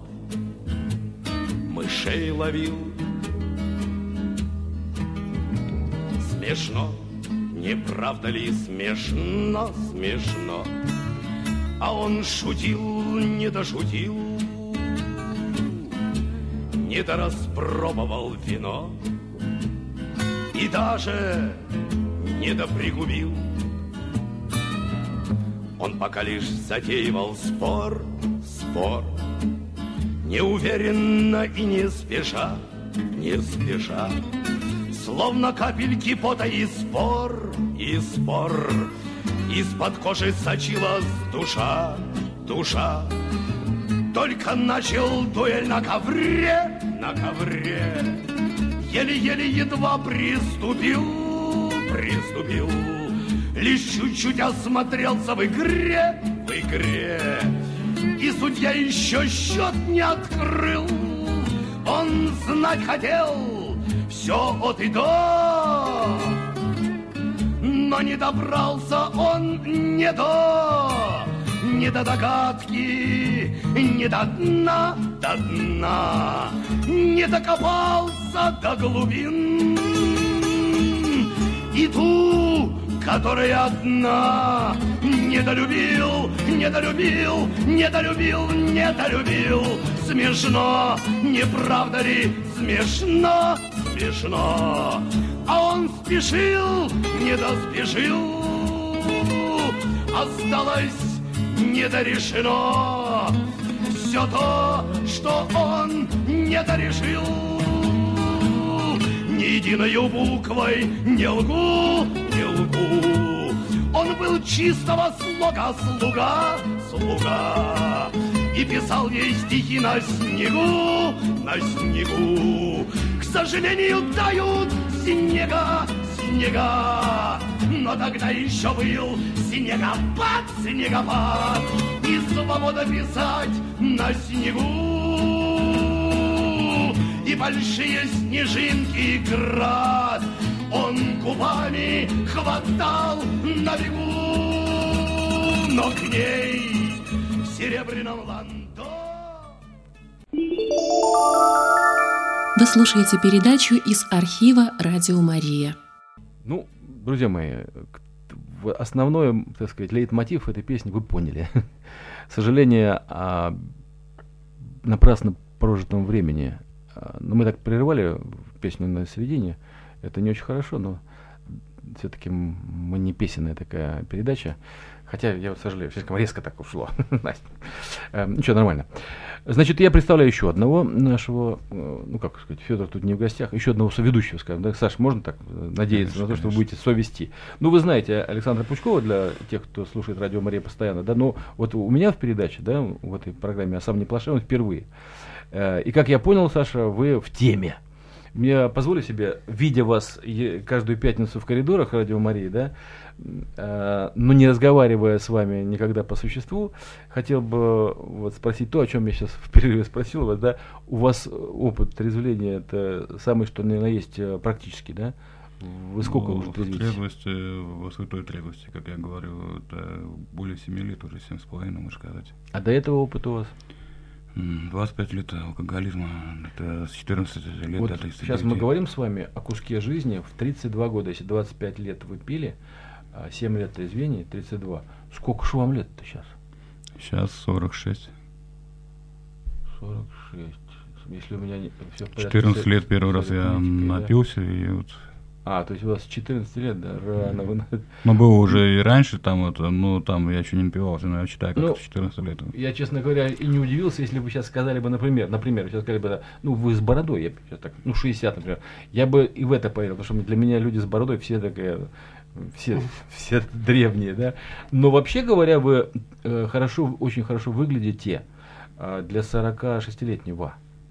мышей ловил. Смешно, не правда ли смешно, смешно? А он шутил, не дошутил, не дораспробовал вино и даже не допригубил. Он пока лишь затеивал спор, неуверенно и не спеша, словно капельки пота и спор, из-под кожи сочилась душа. Только начал дуэль на ковре, еле-еле едва приступил, лишь чуть-чуть осмотрелся в игре, и судья еще счет не открыл. Он знать хотел все от и до, но не добрался он не до догадки, не до дна, не докопался до глубин. И ту, которая одна, недолюбил. Смешно, не правда ли смешно? А он спешил, не доспешил, осталось недорешено. все то, что он не дорешил. Ни единою буквой не лгу, не лгу. Он был чистого слога слуга, слуга. И писал ей стихи на снегу, на снегу. К сожалению, тают снега, снега. Но тогда еще был снегопад, снегопад. И свобода писать на снегу. И большие снежинки град он губами хватал на бегу. Но к ней в серебряном ландо. Вы слушаете передачу из архива «Радио Мария». Ну, друзья мои, основной, так сказать, лейтмотив этой песни вы поняли. Сожаление о напрасно прожитом времени. Но мы так прерывали песню на середине. Это не очень хорошо, но все-таки мы не песенная такая передача. Хотя, я вот сожалею, слишком резко так ушло. Ничего, нормально. Значит, я представляю еще одного нашего, ну как сказать, Федор тут не в гостях, еще одного соведущего, скажем, да? Саш, можно так надеяться на то, что вы будете совести? Ну, вы знаете Александра Пучкова, для тех, кто слушает Радио Мария постоянно, да, но вот у меня в передаче, да, в этой программе «А сам не плашай», он впервые. И как я понял, Саша, вы в теме. Я позволю себе, видя вас каждую пятницу в коридорах Радио Марии, да, но не разговаривая с вами никогда по существу, хотел бы вот спросить то, о чем я сейчас в перерыве спросил вас, да, у вас опыт трезвления это самый, что ни на есть практически, да? Вы сколько уже трезвитесь? Трезвость, в святой трезвости, как я говорю, это более 7 лет, уже 7,5, можно сказать. А до этого опыт у вас? 25 лет алкоголизма, это с 14 лет вот до 39. Сейчас мы говорим с вами о куске жизни в 32 года. Если 25 лет вы пили, 7 лет трезвения, 32. Сколько же вам лет-то сейчас? Сейчас 46. 46. Если у меня все в порядке. 14 лет первый раз я напился, да? И вот... То есть у вас 14 лет, да, рано вы... Ну, было уже и раньше, там, вот, ну, там я еще не напивался, но я считаю, как это 14 лет. Я, честно говоря, и не удивился, если бы сейчас сказали бы, например, сейчас сказали бы, ну, вы с бородой, я сейчас так, 60, например, я бы и в это поверил, потому что для меня люди с бородой все такие, все древние, да. Но вообще говоря, вы очень хорошо выглядите для 46-летнего.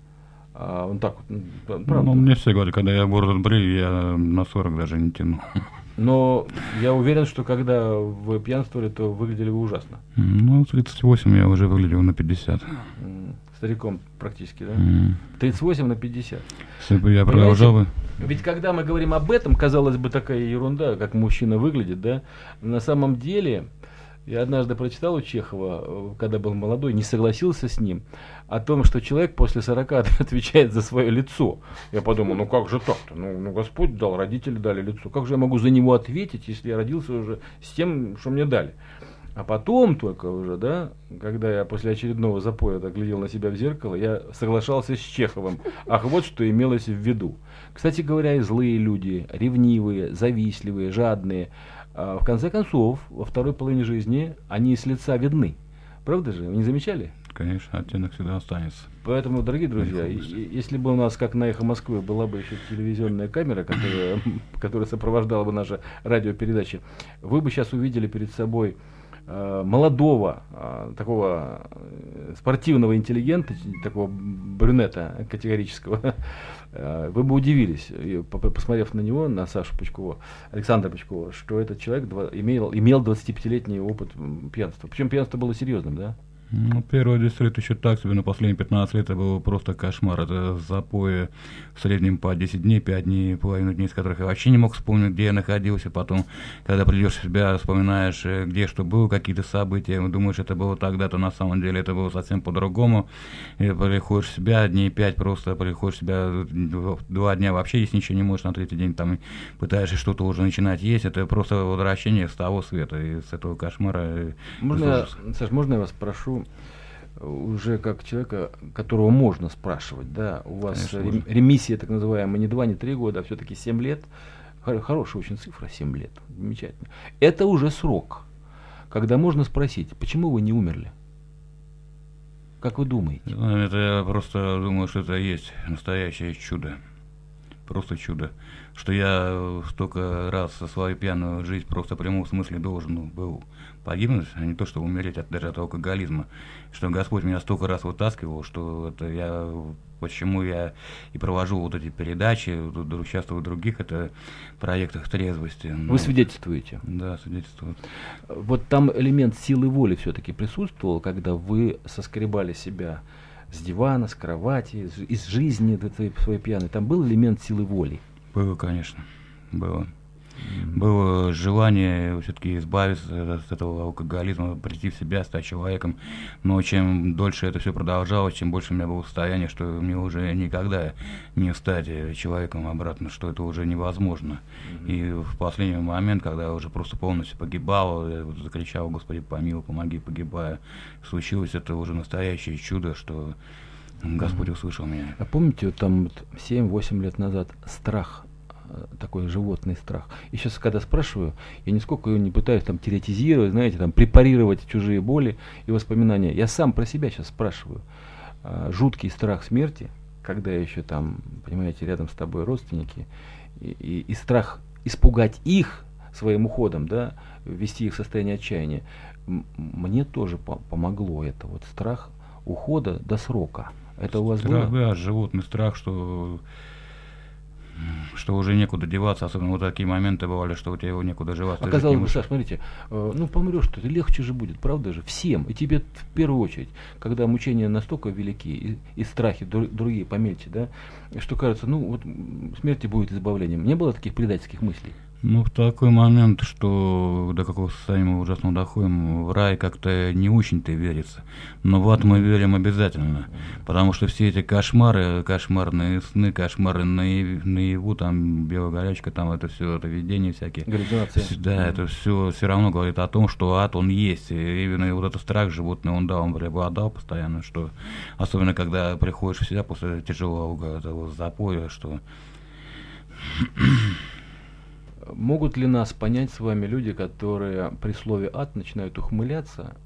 Он так вот, правда. Ну, мне все говорят, когда я бороду брил, я на 40 даже не тяну. Но я уверен, что когда вы пьянствовали, то выглядели вы ужасно. Ну, 38 я уже выглядел на 50. Стариком практически, да? 38 на 50. Если бы я продолжал бы... Ведь когда мы говорим об этом, казалось бы, такая ерунда, как мужчина выглядит, да? На самом деле... Я однажды прочитал у Чехова, когда был молодой, не согласился с ним, о том, что человек после 40 отвечает за свое лицо. Я подумал, ну как же так-то? Ну Господь дал, родители дали лицо. Как же я могу за него ответить, если я родился уже с тем, что мне дали? А потом только уже, да, когда я после очередного запоя глядел на себя в зеркало, я соглашался с Чеховым. Ах, вот что имелось в виду. Кстати говоря, и злые люди, ревнивые, завистливые, жадные, в конце концов, во второй половине жизни они с лица видны. Правда же? Вы не замечали? Конечно, оттенок всегда останется. Поэтому, дорогие друзья, если бы у нас, как на «Эхо Москвы», была бы еще телевизионная камера, которая сопровождала бы наши радиопередачи, вы бы сейчас увидели перед собой молодого, такого спортивного интеллигента, такого брюнета категорического. Вы бы удивились, посмотрев на него, на Сашу Пучкова, Александра Пучкова, что этот человек имел 25-летний опыт пьянства. Причем пьянство было серьезным, да? Ну, первые 10 лет еще так себе, но последние 15 лет это было просто кошмар. Это запои в среднем по 10 дней, 5 дней, половину дней, с которых я вообще не мог вспомнить, где я находился. Потом, когда придешь в себя, вспоминаешь, где что было, какие-то события, думаешь, это было тогда-то, на самом деле это было совсем по-другому. И приходишь в себя, дней 5 просто, приходишь в себя 2 дня вообще, если ничего не можешь, на 3-й день там пытаешься что-то уже начинать есть. Это просто возвращение с того света, и с этого кошмара. Саш, можно я вас прошу, уже как человека, которого можно спрашивать, да, у вас ремиссия, так называемая, не 2, не 3 года, а все-таки 7 лет, хорошая очень цифра, 7 лет, замечательно. Это уже срок, когда можно спросить, почему вы не умерли? Как вы думаете? Это я просто думаю, что это есть настоящее чудо. Просто чудо. Что я столько раз за свою пьяную жизнь просто в прямом смысле должен был погибнуть, а не то, что умереть даже от алкоголизма. Что Господь меня столько раз вытаскивал, что это почему я и провожу вот эти передачи, участвую в других проектах трезвости. Вы свидетельствуете? Да, свидетельствую. Вот там элемент силы воли все-таки присутствовал, когда вы соскребали себя с дивана, с кровати, из жизни своей пьяной. Там был элемент силы воли? Было, конечно, было. Было желание все-таки избавиться от этого алкоголизма, прийти в себя, стать человеком. Но чем дольше это все продолжалось, чем больше у меня было состояние, что мне уже никогда не стать человеком обратно, что это уже невозможно. И в последний момент, когда я уже просто полностью погибал, я закричал: Господи, помилуй, помоги, погибаю. Случилось это уже настоящее чудо, что Господь услышал меня. А помните, вот там 7-8 лет назад страх, такой животный страх. И сейчас, когда спрашиваю, я нисколько его не пытаюсь там теоретизировать, знаете, там препарировать чужие боли и воспоминания. Я сам про себя сейчас спрашиваю. Жуткий страх смерти, когда еще там, понимаете, рядом с тобой родственники, и страх испугать их своим уходом, да, ввести их в состояние отчаяния. Мне тоже помогло это, вот страх ухода до срока. Это у вас страх, было? Да, животный страх, что уже некуда деваться, особенно вот такие моменты бывали, что у тебя его некуда деваться. Оказалось бы, Саш, смотрите, помрешь-то, легче же будет, правда же, всем, и тебе в первую очередь, когда мучения настолько велики, и страхи другие помельче, да, что кажется, вот смерти будет избавлением. Не было таких предательских мыслей? В такой момент, что до какого состояния мы ужасно доходим, в рай как-то не очень-то верится. Но в ад мы верим обязательно. Потому что все эти кошмарные сны, кошмары наяву, там белая горячка, там это все, это видения всякие. Галлюцинации. Да, это все равно говорит о том, что ад он есть. И именно вот этот страх животный, он преобладал постоянно, что особенно когда приходишь в себя после тяжелого этого запоя, что... Могут ли нас понять с вами люди, которые при слове «ад» начинают ухмыляться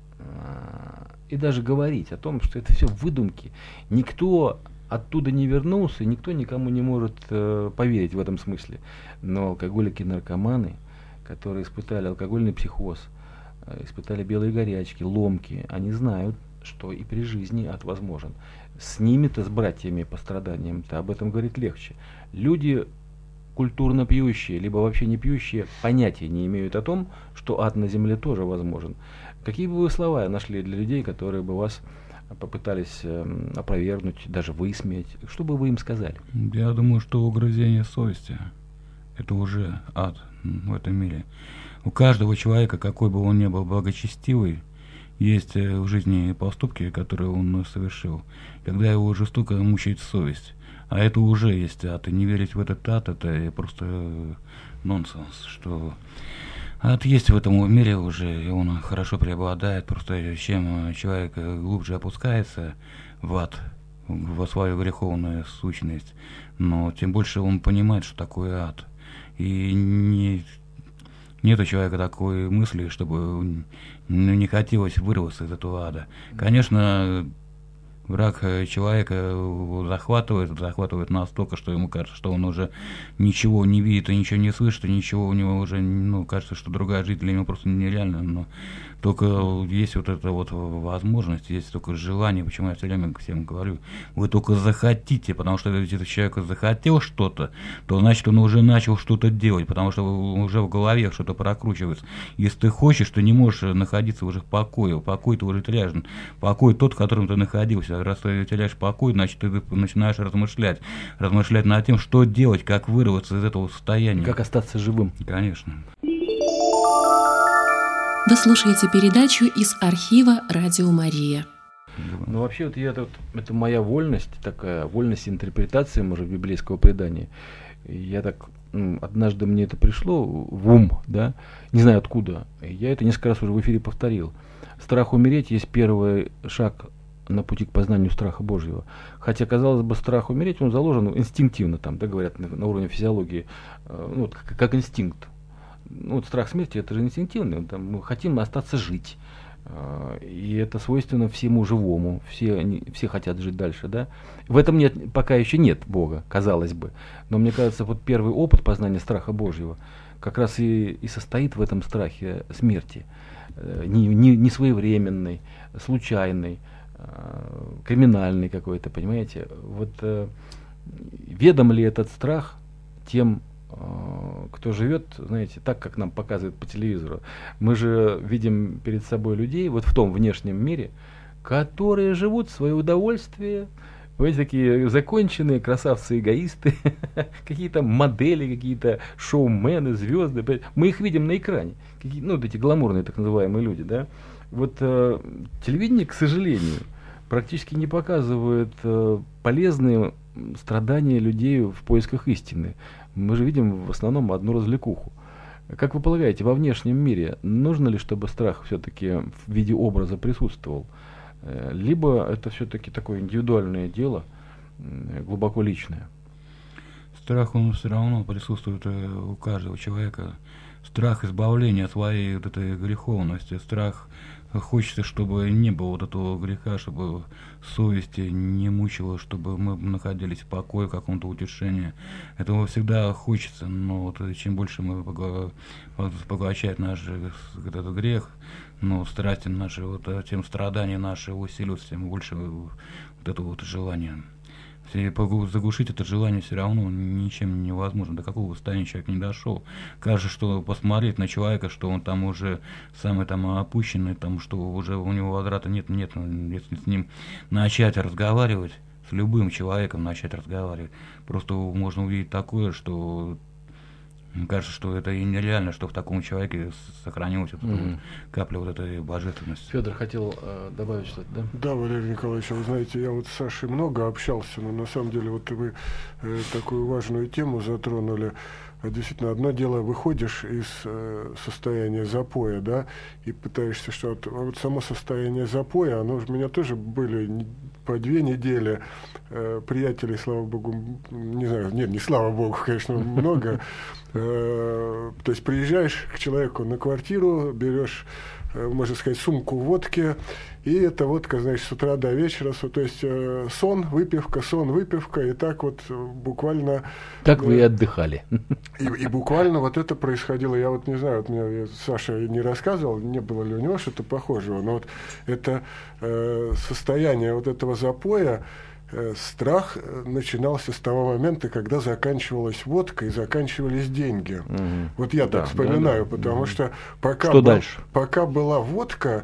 и даже говорить о том, что это все выдумки? Никто оттуда не вернулся, никто никому не может поверить в этом смысле. Но алкоголики и наркоманы, которые испытали алкогольный психоз, испытали белые горячки, ломки, они знают, что и при жизни ад возможен. С ними-то, с братьями по страданиям-то об этом говорить легче. Люди культурно пьющие, либо вообще не пьющие, понятия не имеют о том, что ад на земле тоже возможен. Какие бы вы слова нашли для людей, которые бы вас попытались опровергнуть, даже высмеять? Что бы вы им сказали? Я думаю, что угрызение совести – это уже ад в этом мире. У каждого человека, какой бы он ни был благочестивый, есть в жизни поступки, которые он совершил, когда его жестоко мучает совесть. А это уже есть ад. И не верить в этот ад, это просто нонсенс. Что ад есть в этом мире уже, и он хорошо преобладает. Просто чем человек глубже опускается в ад, во свою греховную сущность, но тем больше он понимает, что такое ад. И нет у человека такой мысли, чтобы не хотелось вырваться из этого ада. Конечно, враг человека захватывает настолько, что ему кажется, что он уже ничего не видит и ничего не слышит, и ничего у него уже, кажется, что другая жизнь для него просто нереальна. Но только есть вот эта вот возможность, есть только желание, почему я все время всем говорю, вы только захотите, потому что если человек захотел что-то, то значит он уже начал что-то делать, потому что уже в голове что-то прокручивается. Если ты хочешь, ты не можешь находиться уже в покое, покой ты уже теряешь, покой тот, в котором ты находился. Раз ты теряешь покой, значит ты начинаешь размышлять над тем, что делать, как вырваться из этого состояния. Как остаться живым. Конечно. Вы слушаете передачу из архива «Радио Мария». Вообще, это моя вольность, такая вольность интерпретации, может, библейского предания. Я так, однажды мне это пришло в ум, да, не знаю откуда. Я это несколько раз уже в эфире повторил. Страх умереть есть первый шаг на пути к познанию страха Божьего. Хотя, казалось бы, страх умереть, он заложен инстинктивно, там, да, говорят, на уровне физиологии, как инстинкт. Страх смерти, это же инстинктивный, мы хотим остаться жить. И это свойственно всему живому. Все хотят жить дальше, да? В этом пока еще нет Бога, казалось бы. Но мне кажется, вот первый опыт познания страха Божьего как раз и состоит в этом страхе смерти. Не своевременной, случайной, криминальный какой-то, понимаете? Вот ведом ли этот страх тем, кто живет, знаете, так, как нам показывают по телевизору? Мы же видим перед собой людей вот в том внешнем мире, которые живут в свое удовольствие, понимаете, такие законченные красавцы-эгоисты, какие-то модели, какие-то шоумены, звезды. Мы их видим на экране, вот эти гламурные так называемые люди, да? Вот телевидение, к сожалению, практически не показывает полезные страдания людей в поисках истины. Мы же видим в основном одну развлекуху. Как вы полагаете, во внешнем мире нужно ли, чтобы страх все-таки в виде образа присутствовал? Либо это все-таки такое индивидуальное дело, глубоко личное? Страх, он все равно присутствует у каждого человека. Страх избавления от своей вот этой греховности. Страх, хочется, чтобы не было вот этого греха, чтобы совести не мучила, чтобы мы находились в покое, в каком-то утешении. Этого всегда хочется, но вот чем больше мы поглощаем наш этот грех, но страсти наши, вот, тем страдания наши усиливаются, тем больше вот это вот желание. Заглушить это желание все равно ничем невозможно. До какого состояния человек не дошел. Кажется, что посмотреть на человека, что он там уже самый там опущенный, там, что уже у него возврата нет. Если с ним начать разговаривать, с любым человеком начать разговаривать, просто можно увидеть такое, что кажется, что это и нереально, что в таком человеке сохранилась капля вот этой божественности. Федор хотел добавить что-то, да? Да, Валерий Николаевич, вы знаете, я вот с Сашей много общался, но на самом деле вот вы такую важную тему затронули. Действительно, одно дело, выходишь из состояния запоя, да, и пытаешься что-то. А вот само состояние запоя, оно у меня тоже были по 2 недели. Приятелей, слава богу, не знаю, нет, не слава богу, конечно, много. То есть приезжаешь к человеку на квартиру, берешь, можно сказать, сумку водки, и эта водка, значит, с утра до вечера, то есть сон, выпивка, и так вот буквально... Так вы и отдыхали. И буквально вот это происходило, я вот не знаю, вот мне Саша не рассказывал, не было ли у него что-то похожего, но вот это состояние вот этого запоя, страх начинался с того момента, когда заканчивалась водка и заканчивались деньги. Вот я так вспоминаю, потому что пока была водка,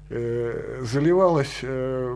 заливалось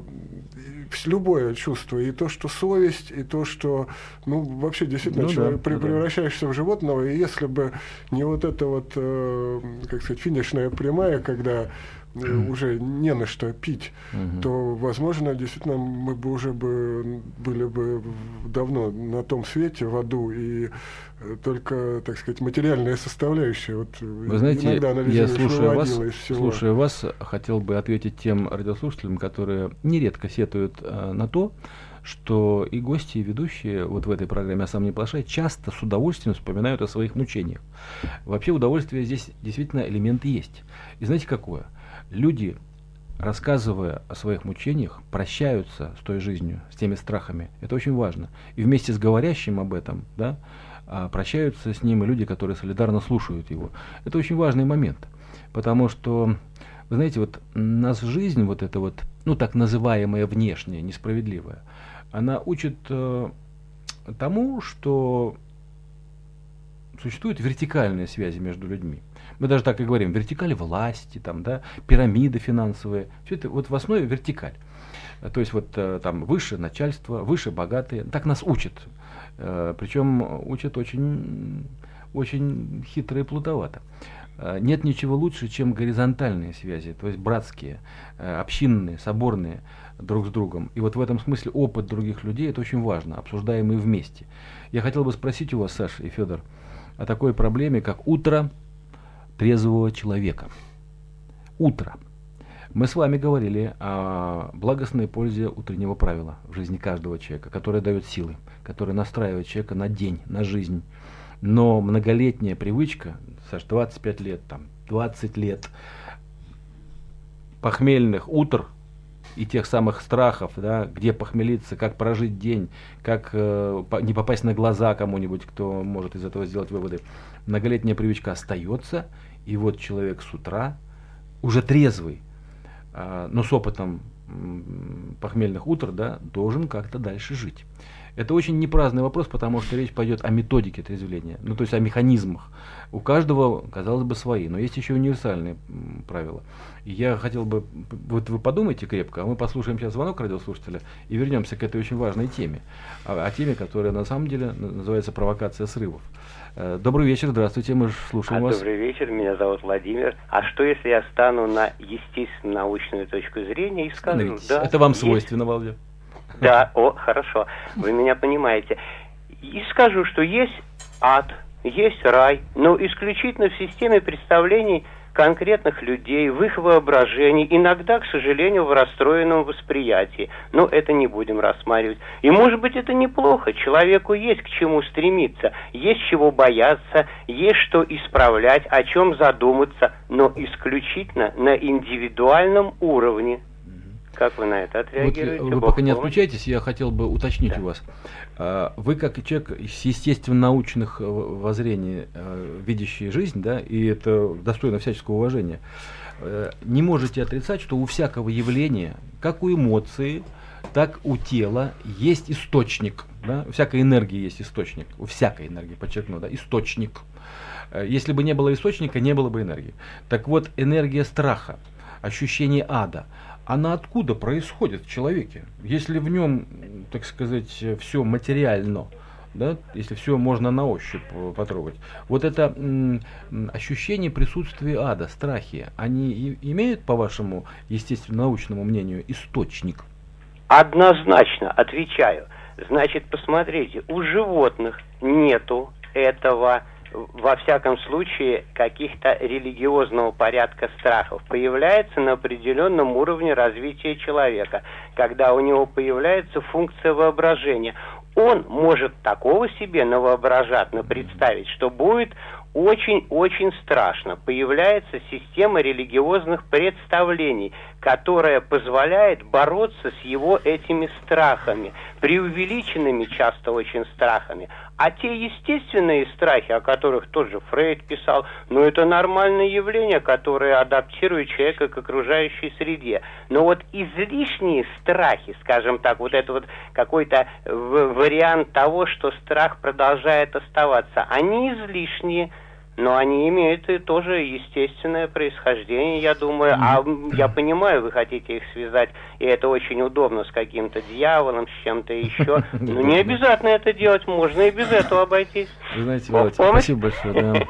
любое чувство, и то, что совесть, и то, что, вообще действительно превращаешься в животного, и если бы не вот эта вот, как сказать, финишная прямая, когда уже не на что пить, то, возможно, действительно, мы бы уже были бы давно на том свете, в аду, и только, так сказать, материальная составляющая. Вот, вы знаете, я, слушая вас, хотел бы ответить тем радиослушателям, которые нередко сетуют на то, что и гости, и ведущие вот в этой программе «А сам не плашай» часто с удовольствием вспоминают о своих мучениях. Вообще удовольствие здесь действительно элемент есть. И знаете какое? Люди, рассказывая о своих мучениях, прощаются с той жизнью, с теми страхами. Это очень важно. И вместе с говорящим об этом, да, прощаются с ним и люди, которые солидарно слушают его. Это очень важный момент. Потому что, вы знаете, вот нас жизнь, вот эта вот, так называемая внешняя, несправедливая, она учит тому, что существуют вертикальные связи между людьми. Мы даже так и говорим, вертикаль власти, там, да, пирамиды финансовые. Все это вот в основе вертикаль. То есть вот там выше начальство, выше богатые. Так нас учат. Причем учат очень, очень хитро и плутовато. Нет ничего лучше, чем горизонтальные связи, то есть братские, общинные, соборные друг с другом. И вот в этом смысле опыт других людей – это очень важно, обсуждаемый вместе. Я хотел бы спросить у вас, Саша и Федор, о такой проблеме, как утро трезвого человека. Утро. Мы с вами говорили о благостной пользе утреннего правила в жизни каждого человека, которое дает силы, которое настраивает человека на день, на жизнь. Но многолетняя привычка, Саш, 25 лет, 20 лет, похмельных утр и тех самых страхов, да, где похмелиться, как прожить день, как не попасть на глаза кому-нибудь, кто может из этого сделать выводы, многолетняя привычка остается, и вот человек с утра, уже трезвый, но с опытом похмельных утр, да, должен как-то дальше жить. Это очень непраздный вопрос, потому что речь пойдет о методике трезвления, ну то есть о механизмах. У каждого, казалось бы, свои, но есть еще универсальные правила. И я хотел бы, вот вы подумайте крепко, а мы послушаем сейчас звонок радиослушателя и вернемся к этой очень важной теме. О теме, которая на самом деле называется провокация срывов. Добрый вечер, здравствуйте, мы слушаем вас. Добрый вечер, меня зовут Владимир. А что, если я стану на естественно-научную точку зрения и скажу... Да, это вам свойственно, Владимир. Да, хорошо, вы меня понимаете. И скажу, что есть ад, есть рай, но исключительно в системе представлений конкретных людей, в их воображении, иногда, к сожалению, в расстроенном восприятии. Но это не будем рассматривать. И, может быть, это неплохо. Человеку есть к чему стремиться, есть чего бояться, есть что исправлять, о чем задуматься, но исключительно на индивидуальном уровне. Как вы на это отреагируете? Вот, вы пока не отключайтесь, я хотел бы уточнить у вас. Вы как человек с естественно-научных воззрений, видящий жизнь, да, и это достойно всяческого уважения, не можете отрицать, что у всякого явления, как у эмоции, так у тела есть источник. Да? У всякой энергии есть источник. У всякой энергии, подчеркну, да, источник. Если бы не было источника, не было бы энергии. Так вот, энергия страха, ощущение ада, она откуда происходит в человеке? Если в нем, так сказать, все материально, да, если все можно на ощупь потрогать, вот это ощущение присутствия ада, страхи, они имеют, по вашему естественно-научному мнению, источник? Однозначно, отвечаю. Значит, посмотрите, у животных нету этого, во всяком случае, каких-то религиозного порядка страхов. Появляется на определенном уровне развития человека, когда у него появляется функция воображения. Он может такого себе навоображать, представить, что будет очень-очень страшно. Появляется система религиозных представлений, которая позволяет бороться с его этими страхами, преувеличенными часто очень страхами. А те естественные страхи, о которых тот же Фрейд писал, это нормальное явление, которое адаптирует человека к окружающей среде. Но вот излишние страхи, скажем так, вот это вот какой-то вариант того, что страх продолжает оставаться, они излишние, но они имеют и тоже естественное происхождение, я думаю. А я понимаю, вы хотите их связать, и это очень удобно, с каким-то дьяволом, с чем-то еще. Но не обязательно это делать, можно и без этого обойтись. Вы знаете, Володь, спасибо большое. Да.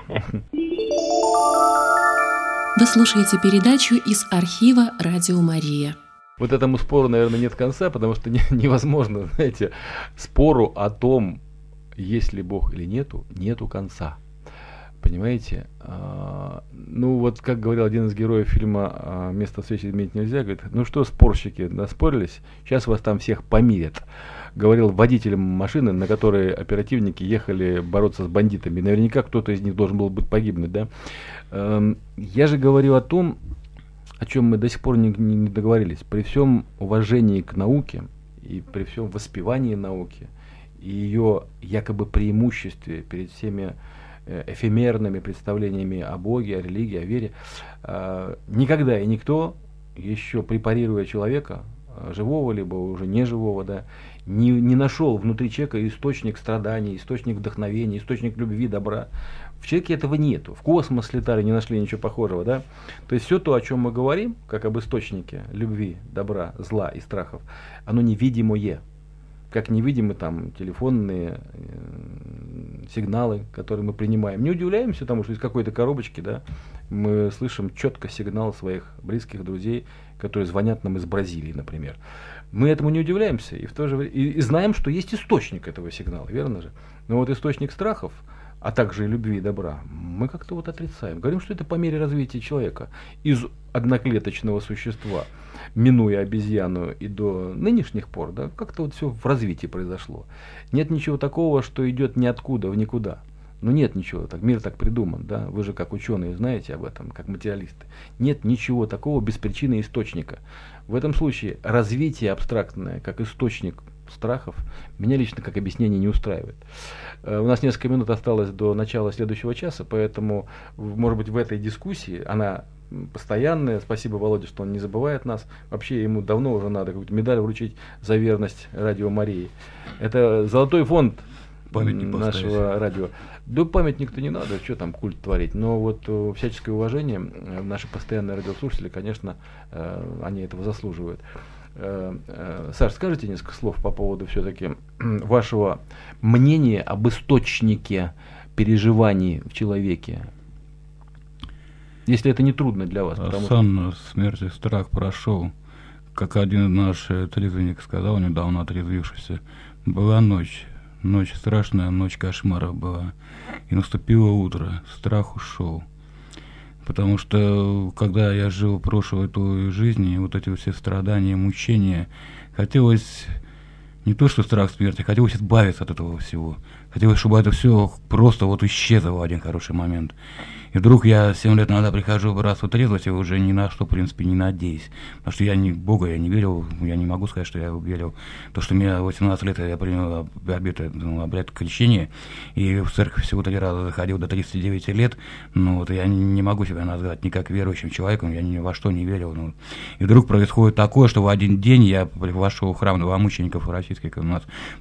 Вы слушаете передачу из архива «Радио Мария». Вот этому спору, наверное, нет конца, потому что невозможно, знаете, спору о том, есть ли Бог или нету конца. Понимаете? Вот как говорил один из героев фильма «Место встречи изменить нельзя», говорит, что, спорщики, наспорились, сейчас вас там всех помирят. Говорил водителям машины, на которой оперативники ехали бороться с бандитами. Наверняка кто-то из них должен был быть погибнуть, да? Я же говорю о том, о чем мы до сих пор не договорились. При всем уважении к науке и при всем воспевании науки и ее якобы преимуществе перед всеми эфемерными представлениями о Боге, о религии, о вере, никогда и никто, еще препарируя человека, живого либо уже неживого, да, не нашел внутри человека источник страданий, источник вдохновения, источник любви, добра. В человеке этого нету. В космос летали, не нашли ничего похожего, да. То есть все то, о чем мы говорим, как об источнике любви, добра, зла и страхов, оно невидимое. Как невидимы там телефонные сигналы, которые мы принимаем. Не удивляемся тому, что из какой-то коробочки, да, мы слышим четко сигнал своих близких друзей, которые звонят нам из Бразилии, например. Мы этому не удивляемся и в то же время и знаем, что есть источник этого сигнала, верно же? Но вот источник страхов, а также и любви и добра, мы как-то вот отрицаем. Говорим, что это по мере развития человека из одноклеточного существа, минуя обезьяну и до нынешних пор, да, как-то вот все в развитии произошло. Нет ничего такого, что идет ниоткуда в никуда. Но нет ничего, так, мир так придуман, да, вы же как ученые знаете об этом, как материалисты. Нет ничего такого без причины источника. В этом случае развитие абстрактное, как источник страхов, меня лично как объяснение не устраивает. У нас несколько минут осталось до начала следующего часа, поэтому, может быть, в этой дискуссии, она постоянная, спасибо Володе, что он не забывает нас, вообще ему давно уже надо какую-то медаль вручить за верность Радио Марии. Это золотой фонд нашего радио. Да памятник-то не надо, что там культ творить, но вот всяческое уважение, наши постоянные радиослушатели, конечно, они этого заслуживают. Саш, скажите несколько слов по поводу все-таки вашего мнения об источнике переживаний в человеке, если это не трудно для вас. Сан смерть и страх прошел, как один наш трезвенник сказал, недавно отрезвившийся, была ночь страшная, ночь кошмара была, и наступило утро, страх ушел. Потому что, когда я жил прошлой той жизни, вот эти все страдания, мучения, хотелось не то, что страх смерти, хотелось избавиться от этого всего. Хотелось, чтобы это все просто вот исчезло в один хороший момент. И вдруг я 7 лет назад прихожу в братство трезвости, уже ни на что, в принципе, не надеюсь. Потому что я в Бога я не верил, я не могу сказать, что я верил. То, что мне 18 лет я принял обряд крещения, и в церковь всего 3 раза заходил до 39 лет, но вот я не могу себя назвать никак верующим человеком, я ни во что не верил. Ну. И вдруг происходит такое, что в один день я вошел в храм новомучеников российских у нас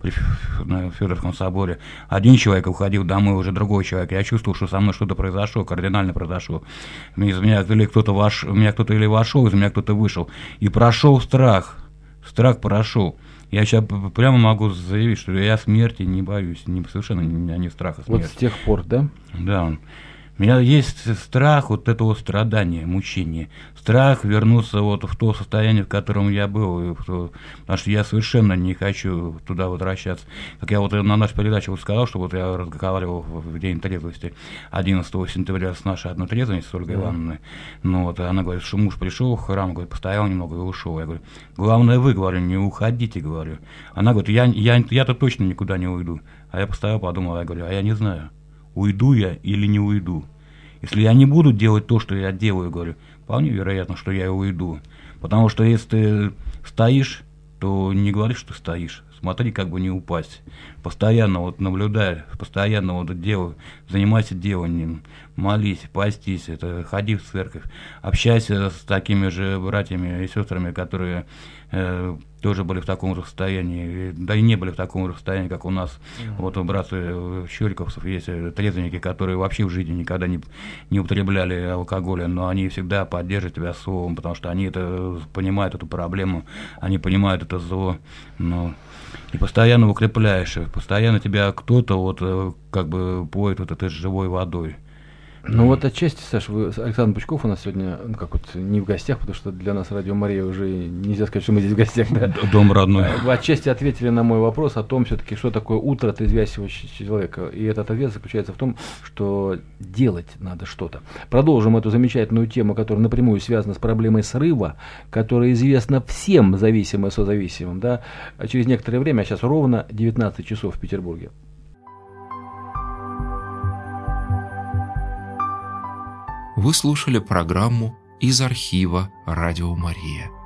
на Федоровском соборе. Один человек уходил домой, уже другой человек. Я чувствовал, что со мной что-то произошло, кардинально произошло. Из меня или кто-то или вошел, из меня кто-то вышел. И прошел страх. Страх прошел. Я сейчас прямо могу заявить, что я смерти не боюсь. Совершенно не страха смерти. Вот с тех пор, да? Да. У меня есть страх вот этого страдания, мучения. Страх вернуться вот в то состояние, в котором я был, потому что я совершенно не хочу туда возвращаться. Как я вот на нашей передаче вот сказал, что вот я разговаривал в день трезвости 11 сентября с нашей одной трезвенницей, с Ольгой Ивановной. Ну вот, она говорит, что муж пришел в храм, говорит, постоял немного и ушел. Я говорю, главное вы, говорю, не уходите, говорю. Она говорит, я-то точно никуда не уйду. А я постоял, подумал, я говорю, а я не знаю. Уйду я или не уйду? Если я не буду делать то, что я делаю, говорю, вполне вероятно, что я и уйду. Потому что если ты стоишь, то не говори, что ты стоишь. Смотри, как бы не упасть. Постоянно вот наблюдай, постоянно вот делай, занимайся деланием, молись, постись, ходи в церковь, общайся с такими же братьями и сестрами, которые тоже были в таком же состоянии, да и не были в таком же состоянии, как у нас. Вот у братьев Щеликовцев есть трезвенники, которые вообще в жизни никогда не употребляли алкоголя, но они всегда поддерживают тебя словом, потому что они понимают эту проблему, они понимают это зло. И постоянно укрепляешь, постоянно тебя кто-то вот как бы поет вот этой живой водой. Ну вот отчасти, Саш, Александр Пучков у нас сегодня, не в гостях, потому что для нас Радио Мария уже нельзя сказать, что мы здесь в гостях, да? Дом родной. Вы отчасти ответили на мой вопрос о том, все-таки, что такое утро трезвящего человека. И этот ответ заключается в том, что делать надо что-то. Продолжим эту замечательную тему, которая напрямую связана с проблемой срыва, которая известна всем зависимым и созависимым, да? Через некоторое время, а сейчас ровно 19 часов в Петербурге. Вы слушали программу из архива «Радио Мария».